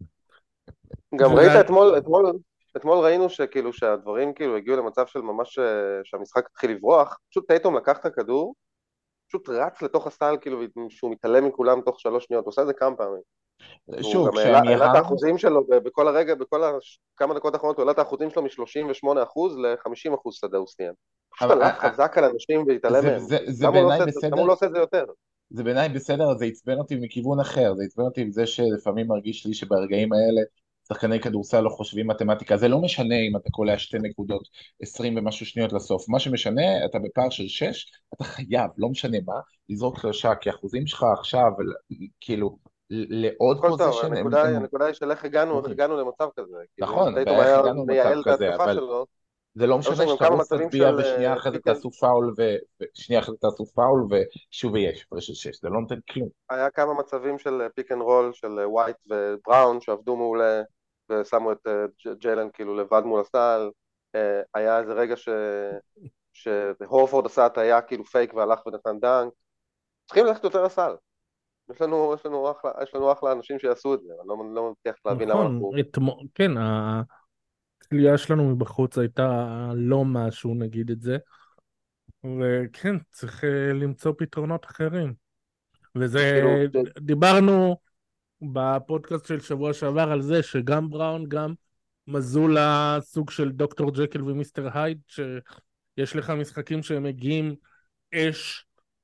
גם שזה... ראית אתמול, אתמול, אתמול ראינו שכאילו שהדברים כאילו הגיעו למצב של ממש אה, שהמשחק התחיל לברוח, פשוט טייטום לקח את הכדור, פשוט רץ לתוך הסל כאילו שהוא מתעלם מכולם תוך שלוש שניות, הוא עושה את זה כמה פעמים. הוא שוב, גם העלה, כשהם העלה את יהב, האחוזים שלו ב- בכל הרגע, בכל הש... כמה דקות האחרונות, הוא העלה את האחוזים שלו מ-שלושים ושמונה אחוז ל-חמישים אחוז שדה הוא סיים. פשוט אבל, הלך אה, אה, חזק על אנשים והתעלם זה, מהם. זה, זה למה הוא לא בעיניי עושה את זה, למה בסדר, הוא לא עושה את זה יותר? זה בעיניי בסדר, זה עצבן אותי מכיוון אחר, זה עצבן אותי עם זה שלפעמים מרגיש לי שברגעים האלה שחקני כדורסל לא חושבים מתמטיקה, זה לא משנה אם אתה קולע שתי נקודות עשרים ומשהו שניות לסוף, מה שמשנה, אתה בפער של שש, אתה חייב, לא משנה מה, לזרוק שלושה, כי האחוזים שלך עכשיו, כאילו, לעוד הכל טוב, פוזיישן הם, הנקודה היא, הם הנקודה היא של איך הגענו, איך גמורים. הגענו למצב כזה. כאילו אם נכון, טייטום ואיך היה הגענו למצב מייעל את כזה, ההתקפה אבל שלו, זה לא היו משנה שם גם כמה שתרוץ מצבים תטביע של ושנייה אה, אחרי זה פיק אנד תעשו פאול ו- ושנייה אחרי זה תעשו פאול ושוב יש הפרש של שש, זה לא נותן כלום. היה כמה מצבים של פיק אנד רול של ווייט ובראון שעבדו מעולה ושמו את אה, ג'- ג'יילן כאילו לבד מול הסל. אה, היה איזה רגע ש... שהורפורד עשה הטעיה כאילו פייק והלך ונתן דנק. צריכים ללכת יותר לסל. יש לנו, יש לנו אחלה, יש לנו אחלה אנשים שיעשו את זה, אני לא, לא מצליח להבין למה נכון, אנחנו... אתמול, כן, הכלייה שלנו מבחוץ הייתה לא משהו, נגיד את זה, וכן, צריך אה, למצוא פתרונות אחרים. וזה, כאילו, דיברנו בפודקאסט של שבוע שעבר על זה שגם בראון, גם מזולה סוג של דוקטור ג'קל ומיסטר הייד, שיש לך משחקים שהם מגיעים אש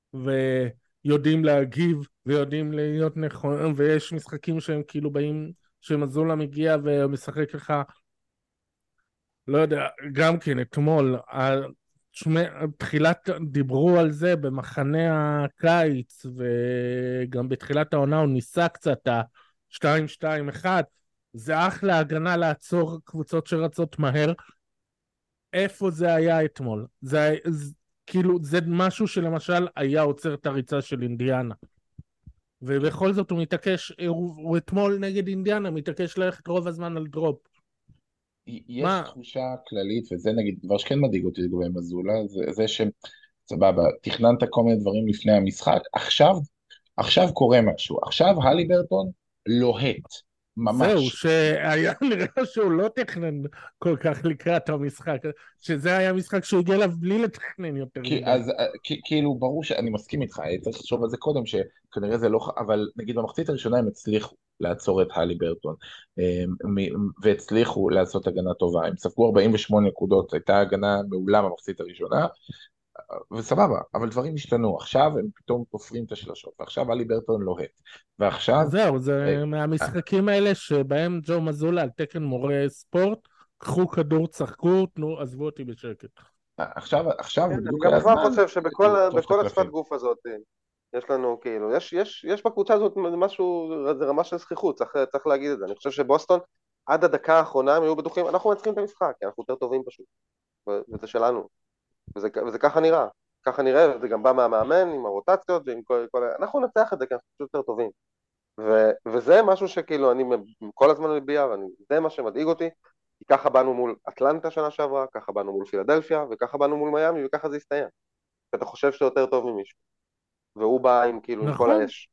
ויודעים להגיב ויודעים להיות נכון, ויש משחקים שהם כאילו באים, שמזולה מגיע ומשחק לך, לא יודע, גם כן אתמול, תשמע, תחילת דיברו על זה במחנה הקיץ, וגם בתחילת העונה הוא ניסה קצת ה-שתיים שתיים אחת, זה אחלה הגנה לעצור קבוצות שרצות מהר. איפה זה היה אתמול? זה, זה כאילו זה משהו שלמשל היה עוצר את הריצה של אינדיאנה, ובכל זאת הוא מתעקש, הוא, הוא אתמול נגד אינדיאנה מתעקש ללכת רוב הזמן על דרופ. יש מה? תחושה כללית, וזה נגיד דבר שכן מדאיג אותי לגבי מזולה, זה, זה שסבבה, תכננת כל מיני דברים לפני המשחק, עכשיו, עכשיו קורה משהו, עכשיו הליברטון לוהט, זהו, ממש. שהיה נראה שהוא לא תכנן כל כך לקראת המשחק, שזה היה משחק שהוא הגיע אליו בלי לתכנן יותר כי, מדי. אז אה, כי, כאילו ברור שאני מסכים איתך, צריך לחשוב על זה קודם, שכנראה זה לא, אבל נגיד במחצית הראשונה הם הצליחו לעצור את הלי ברטון, אה, מ- והצליחו לעשות הגנה טובה, הם ספגו ארבעים ושמונה נקודות, הייתה הגנה מעולה במחצית הראשונה, וסבבה, אבל דברים השתנו, עכשיו הם פתאום תופרים את השלשות, ועכשיו הלי ברטון לוהט, ועכשיו, זהו, אה, זה אה, מהמשחקים האלה שבהם ג'ו מזולה על תקן מורה ספורט, קחו כדור, צחקו, תנו, עזבו אותי בשקט. עכשיו, עכשיו כן, אני בדיוק גם היה בכלל הזמן חושב שבכל ה- לחטוף את בכל השפת הקלפים. גוף הזאת, יש לנו כאילו, יש, יש, יש בקבוצה הזאת משהו, זה רמה של זכיחות, צריך, צריך להגיד את זה. אני חושב שבוסטון, עד הדקה האחרונה הם היו בטוחים, אנחנו מנצחים את המשחק, כי אנחנו יותר טובים פשוט, ו- וזה שלנו, וזה, וזה ככה נראה, ככה נראה, וזה גם בא מהמאמן, עם הרוטציות, ועם כל, כל, אנחנו ננצח את זה, כי אנחנו פשוט יותר טובים. ו, וזה משהו שכאילו אני כל הזמן מביע, וזה מה שמדאיג אותי, כי ככה באנו מול אטלנטה שנה שעברה, ככה באנו מול פילדלפיה, וככה באנו מול מיאמי, וככה זה הסתיים. אתה חושב שאתה יותר טוב ממישהו, והוא בא עם כאילו עם כל נכון, האש.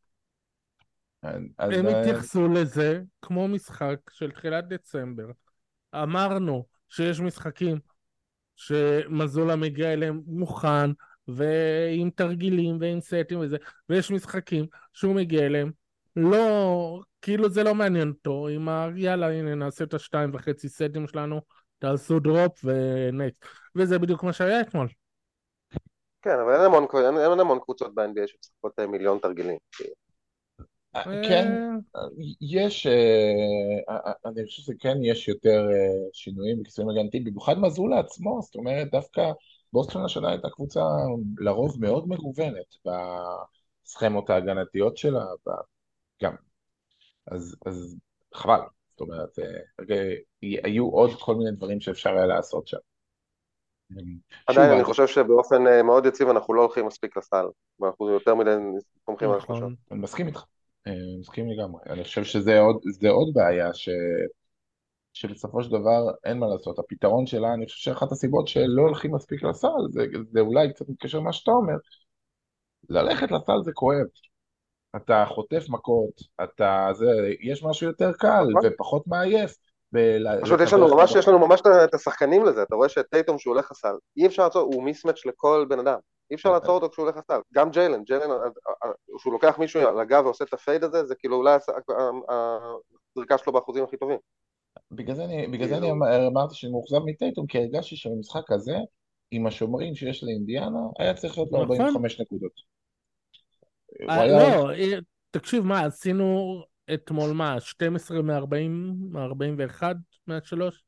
אז הם אה, התייחסו לזה כמו משחק של תחילת דצמבר. אמרנו שיש משחקים שמזולה מגיע אליהם מוכן, ועם תרגילים ועם סטים וזה, ויש משחקים שהוא מגיע אליהם, לא, כאילו זה לא מעניין אותו, עם ה... יאללה, הנה נעשה את השתיים וחצי סטים שלנו, תעשו דרופ ונקסט, וזה בדיוק מה שהיה אתמול. כן, אבל אין המון, אין, אין המון קבוצות ב-אן בי איי שמשחקות אה, מיליון תרגילים. אה, כן, אה, אה, יש, אה, אה, אני חושב שכן יש יותר אה, שינויים בכיסויים הגנתיים, במיוחד מזולה עצמו, זאת אומרת דווקא בוסטון השנה הייתה קבוצה לרוב מאוד מגוונת בסכמות ההגנתיות שלה, ב- גם, אז, אז חבל, זאת אומרת, אה, אה, היו עוד כל מיני דברים שאפשר היה לעשות שם. שוב, עדיין אני אג- חושב שבאופן אה, מאוד יציב אנחנו לא הולכים מספיק לסל, ואנחנו יותר מדי סומכים על השלושות. נכון, אני מסכים איתך, אה, מסכים לגמרי, אני חושב שזה עוד, זה עוד בעיה ש... שבסופו של דבר אין מה לעשות. הפתרון שלה, אני חושב שאחת הסיבות שלא הולכים מספיק לסל, זה, זה אולי קצת מתקשר למה שאתה אומר, ללכת לסל זה כואב. אתה חוטף מכות, אתה, זה, יש משהו יותר קל נכון? ופחות מעייף פשוט יש לנו בלתווך את ממש, הדבר. יש לנו ממש את את השחקנים לזה, אתה רואה שטייטום שהוא הולך לסל, אי אפשר לעצור, הוא מיסמץ' לכל בן אדם, אי אפשר לעצור אותו כשהוא הולך לסל, גם ג'יילן, ג'יילן, אה, אה, כשהוא לוקח מישהו על הגב ועושה את הפייד הזה, זה כאילו אולי הס- ה- ה- הזריקה שלו באחוזים הכי טובים, בגלל זה אני, בגלל זה אני כאילו, אמר- אמרתי שאני מאוכזב מטייטום, כי הרגשתי שבמשחק הזה, עם השומרים שיש לאינדיאנה, היה צריך להיות לו נכון. ארבעים וחמש נקודות. הוא אה, היה, לא, אה, תקשיב, מה, עשינו אתמול מה, שתים עשרה מ-ארבעים, מ-ארבעים ואחת מהשלוש?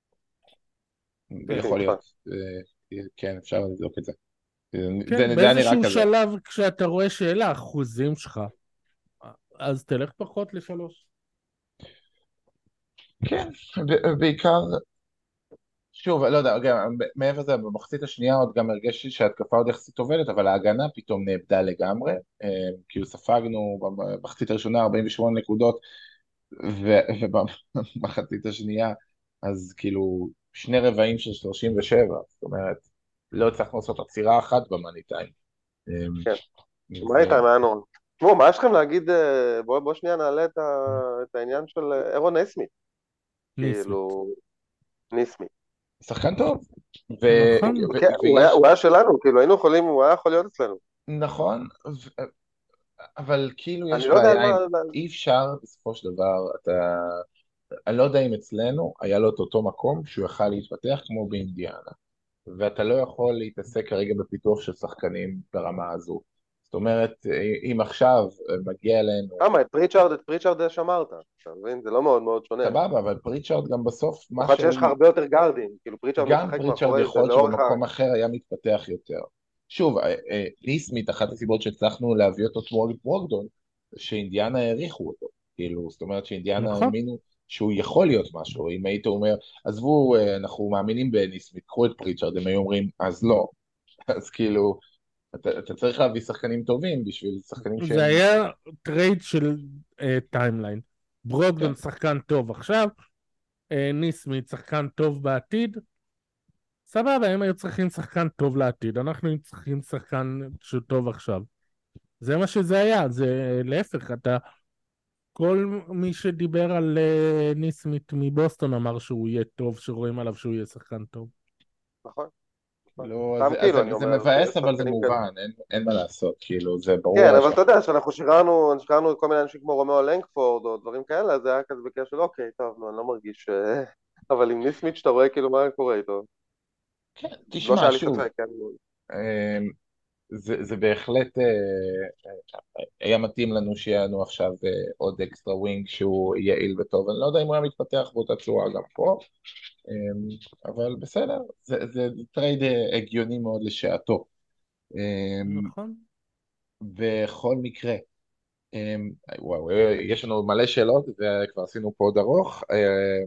יכול נכון. להיות, אה, כן, אפשר לבדוק את זה. זה, כן, זה, זה היה נראה באיזשהו כזה. שלב כשאתה רואה שאלה האחוזים שלך, אז תלך פחות לשלוש. כן, ב- בעיקר, שוב, לא יודע, גם, מעבר לזה, במחצית השנייה עוד גם הרגשתי שההתקפה עוד יחסית עובדת, אבל ההגנה פתאום נאבדה לגמרי, אה, כאילו ספגנו במחצית הראשונה ארבעים ושמונה נקודות, ו- ובמחצית השנייה, אז כאילו שני רבעים של שלושים ושבע, זאת אומרת, לא הצלחנו לעשות עצירה אחת במאני טיים. אה, כן, מה ו... איתם, היה נורא. תשמעו, מה יש לכם להגיד, אה, בואו בוא שנייה נעלה את, ה, את העניין של אה, אירון נסמית, ניסמית. כאילו, ניסמית. שחקן טוב, ו... נכון. ו... כן, הוא היה, ויש, הוא היה שלנו, כאילו היינו יכולים, הוא היה יכול להיות אצלנו. נכון, אבל כאילו אני יש לא יודע על בעיה מה, עם, אי אפשר בסופו של דבר, אתה, אני לא יודע אם אצלנו היה לו את אותו מקום שהוא יכל להתפתח כמו באינדיאנה, ואתה לא יכול להתעסק כרגע בפיתוח של שחקנים ברמה הזו. זאת אומרת, אם עכשיו מגיע אלינו, כמה, את פריצ'ארד, את פריצ'ארד שמרת, אתה מבין? זה לא מאוד מאוד שונה. סבבה, אבל פריצ'ארד גם בסוף, מה במיוחד שיש שהוא, לך הרבה יותר גארדים, כאילו פריצ'ארד גם משחק פריצ'ארד מאחורי זה יכול להיות לאורך ה... שבמקום אחר היה מתפתח יותר. שוב, אה, אה, ניסמית, אחת הסיבות שהצלחנו להביא אותו תמורת ברוקדון, שאינדיאנה העריכו אותו. כאילו, זאת אומרת שאינדיאנה נכון. האמינו שהוא יכול להיות משהו. אם היית אומר, עזבו, אה, אנחנו מאמינים בניסמית, קחו את פריצ'ארד, הם היו אומרים, אז לא. אז כאילו, אתה, אתה צריך להביא שחקנים טובים בשביל שחקנים זה שהם... היה טרייד של טיימליין. כן, ברוקדון שחקן טוב עכשיו, אה, ניסמית שחקן טוב בעתיד. סבבה, הם היו צריכים שחקן טוב לעתיד, אנחנו היינו צריכים שחקן שהוא טוב עכשיו. זה מה שזה היה, זה להפך, אתה... כל מי שדיבר על אה, ניסמית מבוסטון אמר שהוא יהיה טוב, שרואים עליו שהוא יהיה שחקן טוב. נכון, נכון. לא, סתם זה, אז כאילו, זה, אני זה אומר, מבאס, אבל זה שחקנים כאלה. מובן, אין, אין מה לעשות, כאילו, זה ברור כן, אבל אתה ההשלכות. יודע, שאנחנו שחררנו, שחררנו כל מיני אנשים כמו רומאו לנקפורד או דברים כאלה, אז זה היה כזה בקשר של אוקיי, טוב, נו, אני לא מרגיש... אה, אבל עם ניסמית שאתה רואה כאילו מה קורה איתו. כן, לא תשמע, שהיה לי שוב, ספק, כן. אמ, זה, זה בהחלט אה, אה, היה מתאים לנו שיהיה לנו עכשיו אה, עוד אקסטרה ווינג שהוא יעיל וטוב, אני לא יודע אם הוא היה מתפתח באותה צורה גם פה, אמ, אבל בסדר, זה, זה טרייד אה, הגיוני מאוד לשעתו. אמ, נכון. בכל מקרה, אמ, וואו, אה, יש לנו מלא שאלות וכבר עשינו פה עוד ארוך, אה,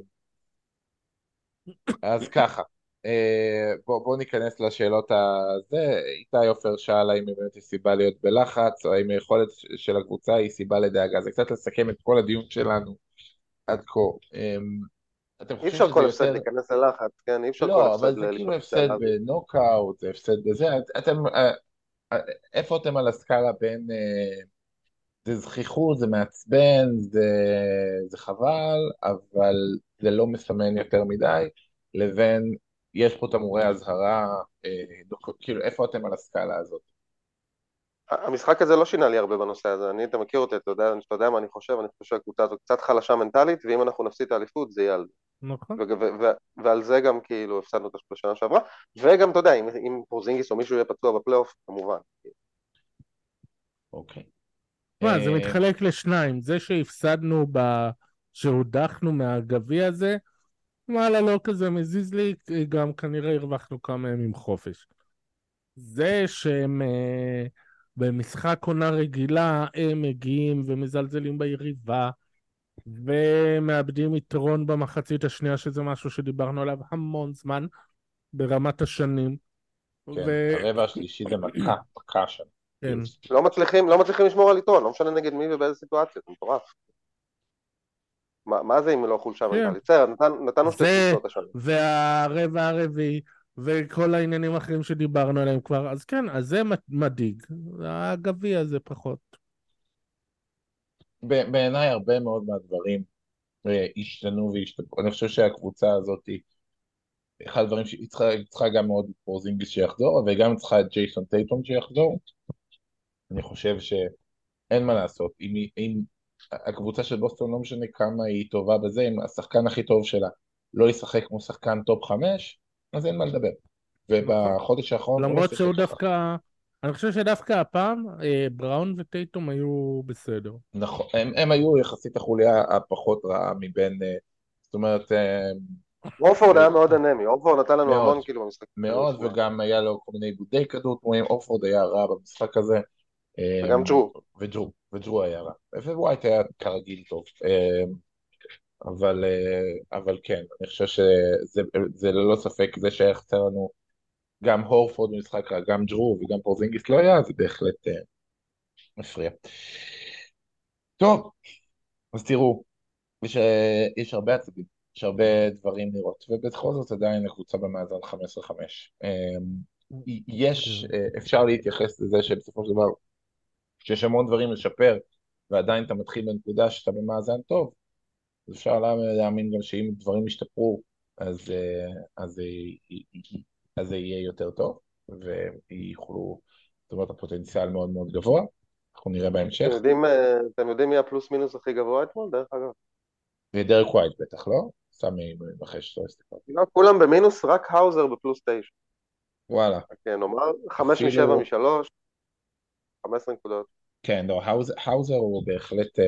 אז ככה, אה, בוא, בוא ניכנס לשאלות הזה. איתי עופר שאל האם באמת יש סיבה להיות בלחץ, או האם היכולת של הקבוצה היא סיבה לדאגה. זה קצת לסכם את כל הדיון שלנו עד כה. אה, אתם אי חושבים אפשר שזה כל הפסד יותר... להיכנס ללחץ, כן? אי אפשר כל לא, הפסד אבל זה ל- כאילו להתבצע הפסד עליו. בנוקאוט, זה הפסד בזה. את- אתם, אה, אה, איפה אתם על הסקאלה בין אה, זה זכיחות, זה מעצבן, זה, זה חבל, אבל זה לא מסמן יותר מדי, לבין יש פה תמרורי אזהרה, אה, דוק- כאילו איפה אתם על הסקאלה הזאת? המשחק הזה לא שינה לי הרבה בנושא הזה, אני, אתה מכיר אותי, אתה יודע, אתה יודע מה אני חושב, אני חושב שהקבוצה הזו קצת חלשה מנטלית, ואם אנחנו נפסיד את האליפות זה יהיה על זה. נכון. ו- ו- ו- ועל זה גם כאילו הפסדנו את השנה שעברה, וגם אתה יודע, אם, אם פורזינגיס או מישהו יהיה פצוע בפלייאוף, כמובן. אוקיי. מה, זה אה, מתחלק לשניים, זה שהפסדנו ב... שהודחנו מהגביע הזה, וואלה, לא כזה מזיז לי, גם כנראה הרווחנו כמה ימים חופש. זה שהם אה, במשחק עונה רגילה, הם מגיעים ומזלזלים ביריבה, ומאבדים יתרון במחצית השנייה, שזה משהו שדיברנו עליו המון זמן, ברמת השנים. כן, וכן, הרבע השלישי זה מכה, מכה שם. כאילו, לא מצליחים, לא מצליחים לשמור על יתרון, לא משנה נגד מי ובאיזה סיטואציה, זה מטורף. מה, מה זה אם לא חולשה כן. מנטלית? בסדר, נתן, נתנו שתי זה, קבוצות השנה. והרבע הרביעי, וכל העניינים האחרים שדיברנו עליהם כבר, אז כן, אז זה מדאיג. הגביע זה פחות. ב- בעיניי הרבה מאוד מהדברים אה, השתנו והשתפרו. אני חושב שהקבוצה הזאת, אחד הדברים שהיא צריכה, היא צריכה גם מאוד את פורזינגיס שיחזור, וגם צריכה את ג'ייסון טייטום שיחזור. אני חושב שאין מה לעשות. אם, היא- אם הקבוצה של בוסטון, לא משנה כמה היא טובה בזה, אם השחקן הכי טוב שלה לא ישחק כמו שחקן טופ חמש, אז אין מה לדבר. נכון. ובחודש האחרון הוא לא למרות שיחק שהוא ככה. דווקא, אני חושב שדווקא הפעם, אה, בראון וטייטום היו בסדר. נכון, הם, הם היו יחסית החוליה הפחות רעה מבין, אה, זאת אומרת, אה, אורפורד היה מאוד אנמי, אורפורד נתן לנו מאוד, המון כאילו במשחק. מאוד, וגם היה לו כל מיני איבודי כדור תמוהים. אורפורד היה רע במשחק הזה, אה, וגם ג'רו. וג'רו, וג'רו היה רע, ווייט היה כרגיל טוב, אה, אבל, אה, אבל כן, אני חושב שזה זה ללא ספק, זה שיחסר לנו גם הורפורד במשחק רע, גם ג'רו וגם פורזינגיס לא היה, זה בהחלט אה, מפריע. טוב, אז תראו, יש, אה, יש הרבה עצבים, יש הרבה דברים לראות, ובכל זאת עדיין הקבוצה במאזן חמש עשרה חמש. אה, יש, אה, אפשר להתייחס לזה שבסופו של דבר, שיש המון דברים לשפר, ועדיין אתה מתחיל בנקודה שאתה במאזן טוב, אז אפשר להאמין גם שאם דברים ישתפרו, אז, אה, אז, אה, אז זה יהיה יותר טוב, ויוכלו, זאת אומרת, הפוטנציאל מאוד מאוד גבוה, אנחנו נראה בהמשך. אתם יודעים, אה, אתם יודעים מי הפלוס מינוס הכי גבוה אתמול, דרך אגב? ודרק ווייט בטח, לא? סתם אחרי שלא הסתכל. לא, כולם במינוס, רק האוזר בפלוס תשע. וואלה. כן, נאמר, חמש אפילו- משבע משלוש, חמש עשרה נקודות. כן, לא, האוזר, האוזר הוא בהחלט, אה,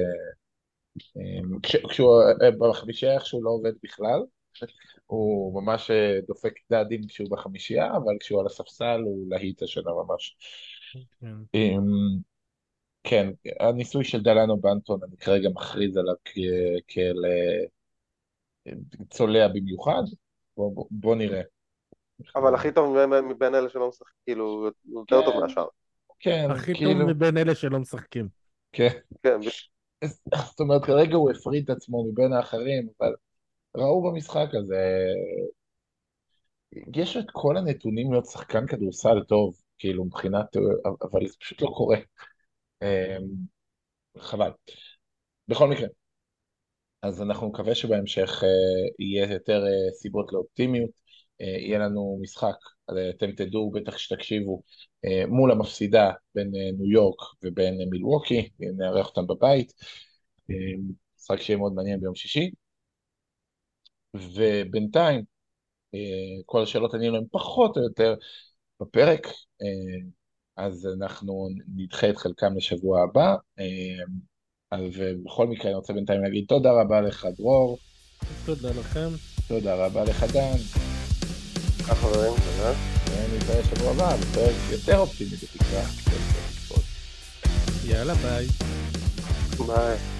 אה, כש, כשהוא אה, בחמישייה איכשהו לא עובד בכלל, הוא ממש אה, דופק דאדים כשהוא בחמישייה, אבל כשהוא על הספסל הוא להיט השנה ממש. כן. אה, כן, הניסוי של דלנו בנטון, אני כרגע מכריז עליו כ- כאל אה, צולע במיוחד, בוא, בוא, בוא נראה. אבל הכי טוב מבין- מבין אלה שלא משחקים, כאילו, הוא יותר טוב כן, מהשאר. כן, הכי טוב כאילו, מבין אלה שלא משחקים. כן. כן, זאת אומרת, כרגע הוא הפריד את עצמו מבין האחרים, אבל ראו במשחק הזה, יש את כל הנתונים להיות שחקן כדורסל טוב, כאילו מבחינת, אבל זה פשוט לא קורה. אה, חבל. בכל מקרה, אז אנחנו מקווה שבהמשך אה, יהיה יותר אה, סיבות לאופטימיות, אה, יהיה לנו משחק, אה, אתם תדעו בטח שתקשיבו, אה, מול המפסידה בין אה, ניו יורק ובין אה, מילווקי, נארח אותם בבית, אה, משחק שיהיה מאוד מעניין ביום שישי, ובינתיים אה, כל השאלות ענינו להם פחות או יותר בפרק, אה, אז אנחנו נדחה את חלקם לשבוע הבא, אה, ובכל מקרה אני רוצה בינתיים להגיד תודה רבה לך דרור, תודה לכם. תודה רבה לך דן, ככה חברים, תודה. ונתראה שבוע הבא בפרק יותר אופטימי בתקווה. יאללה, ביי. ביי.